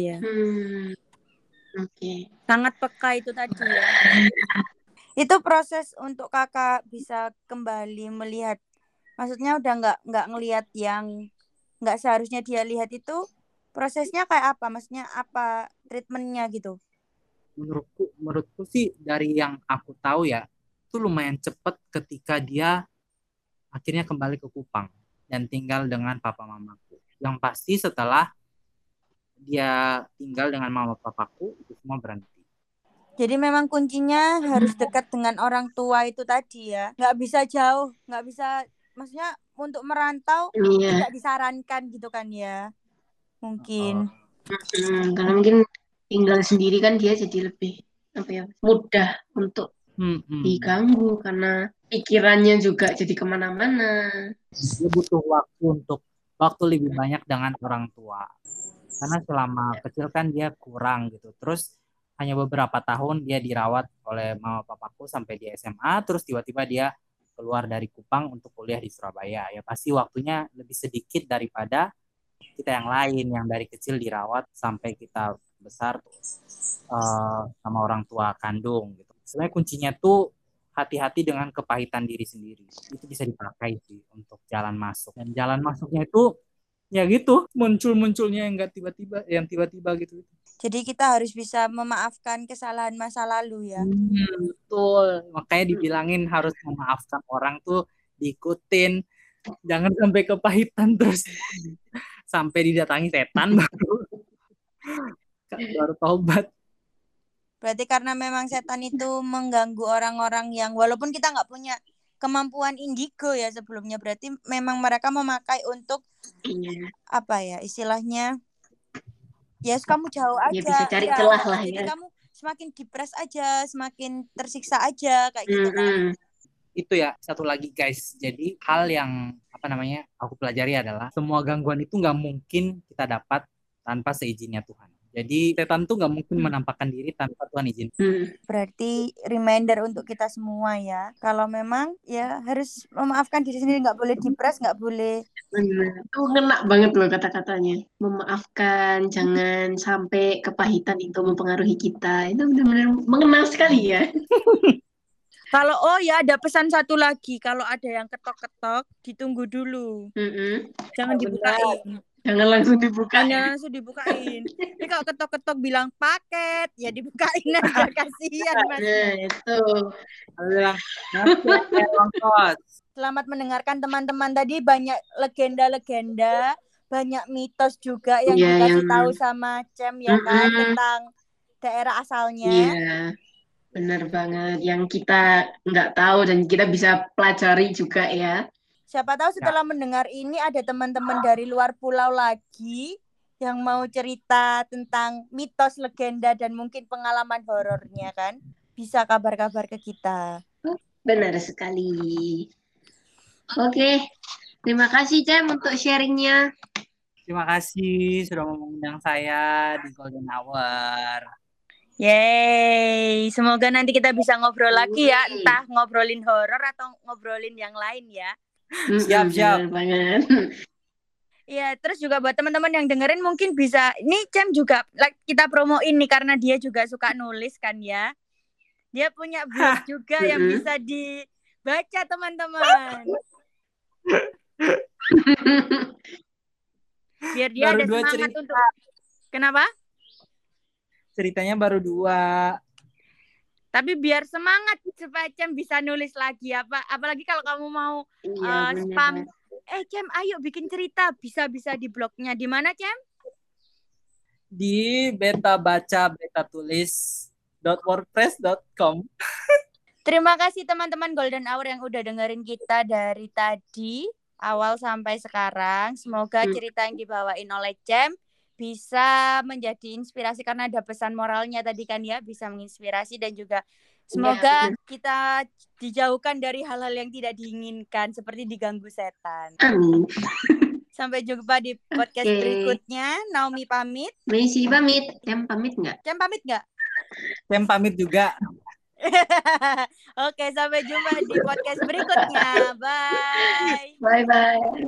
Oke. Sangat peka itu tadi ya. Itu proses untuk kakak bisa kembali melihat, maksudnya udah nggak ngelihat yang nggak seharusnya dia lihat itu, prosesnya kayak apa? Maksudnya apa treatmentnya gitu? Menurutku sih dari yang aku tahu ya, itu lumayan cepat ketika dia akhirnya kembali ke Kupang dan tinggal dengan papa mamaku. Yang pasti setelah dia tinggal dengan mama papaku itu semua berhenti. Jadi memang kuncinya harus dekat dengan orang tua itu tadi ya. Nggak bisa jauh, nggak bisa, maksudnya untuk merantau tidak disarankan gitu kan ya. Mungkin. Karena mungkin tinggal sendiri kan dia jadi lebih mudah untuk diganggu karena pikirannya juga jadi kemana-mana. Dia butuh waktu lebih banyak dengan orang tua. karena selama kecil kan dia kurang gitu. Terus hanya beberapa tahun dia dirawat oleh mama papaku sampai di SMA, terus tiba-tiba dia keluar dari Kupang untuk kuliah di Surabaya. Ya pasti waktunya lebih sedikit daripada kita yang lain yang dari kecil dirawat sampai kita besar sama orang tua kandung gitu. Sebenarnya kuncinya tuh hati-hati dengan kepahitan diri sendiri. Itu bisa dipakai sih untuk jalan masuk. Dan jalan masuknya itu ya gitu, muncul-munculnya yang enggak tiba-tiba, yang tiba-tiba gitu. Jadi kita harus bisa memaafkan kesalahan masa lalu ya. Betul. Makanya dibilangin harus memaafkan orang tuh diikutin. Jangan sampai kepahitan terus sampai didatangi setan baru taubat. Berarti karena memang setan itu mengganggu orang-orang yang walaupun kita nggak punya kemampuan indigo ya sebelumnya, berarti memang mereka memakai untuk apa ya istilahnya, ya kamu jauh aja, ya bisa cari ya, celah lah jadi ya. kamu semakin depres aja, semakin tersiksa aja kayak gitu kan. Itu ya satu lagi guys, jadi hal yang aku pelajari adalah semua gangguan itu nggak mungkin kita dapat tanpa seizinnya Tuhan. Jadi setan tuh nggak mungkin menampakkan diri tanpa Tuhan izin. Berarti reminder untuk kita semua ya, kalau memang ya harus memaafkan diri sendiri, nggak boleh depres, nggak boleh. Benar. Itu ngena banget loh kata-katanya. Memaafkan, jangan sampai kepahitan itu mempengaruhi kita. Itu benar-benar mengenal sekali ya. Kalau ada pesan satu lagi, kalau ada yang ketok-ketok ditunggu dulu. Jangan dibukain. Jangan langsung dibukain. Jangan langsung dibukain. Tapi kalau ketok-ketok bilang paket, ya dibukain aja, kasihan Mas. Nah, itu. Selamat mendengarkan teman-teman, tadi banyak legenda-legenda, banyak mitos juga yang dikasih tahu sama Cem ya kan, tentang daerah asalnya. Iya, benar banget. Yang kita nggak tahu dan kita bisa pelajari juga ya. Siapa tahu setelah mendengar ini ada teman-teman dari luar pulau lagi yang mau cerita tentang mitos, legenda, dan mungkin pengalaman horornya kan. Bisa kabar-kabar ke kita. Benar sekali. Oke, terima kasih Cem untuk sharingnya. Terima kasih sudah mengundang saya di Golden Hour. Yeay, semoga nanti kita bisa ngobrol lagi ya, entah ngobrolin horor atau ngobrolin yang lain ya. Siap banget. Iya, terus juga buat teman-teman yang dengerin mungkin bisa, ini Cem juga kita promoin nih karena dia juga suka nulis kan ya. Dia punya blog juga yang bisa dibaca teman-teman. Biar dia baru ada semangat cerita. Untuk kenapa? Ceritanya baru 2. Tapi biar semangat supaya Cem bisa nulis lagi apalagi kalau kamu mau spam. Cem, ayo bikin cerita, bisa di blognya. Di mana, Cem? Di betabacabetatulis.wordpress.com. Terima kasih teman-teman Golden Hour yang udah dengerin kita dari tadi awal sampai sekarang. Semoga cerita yang dibawain oleh Cem bisa menjadi inspirasi karena ada pesan moralnya tadi kan ya, bisa menginspirasi dan juga semoga kita dijauhkan dari hal-hal yang tidak diinginkan seperti diganggu setan. Amin. Sampai jumpa di podcast berikutnya. Naomi pamit. Messi pamit. Cem pamit nggak? Cem pamit nggak? Cem pamit juga. Oke, sampai jumpa di podcast berikutnya. Bye. Bye-bye.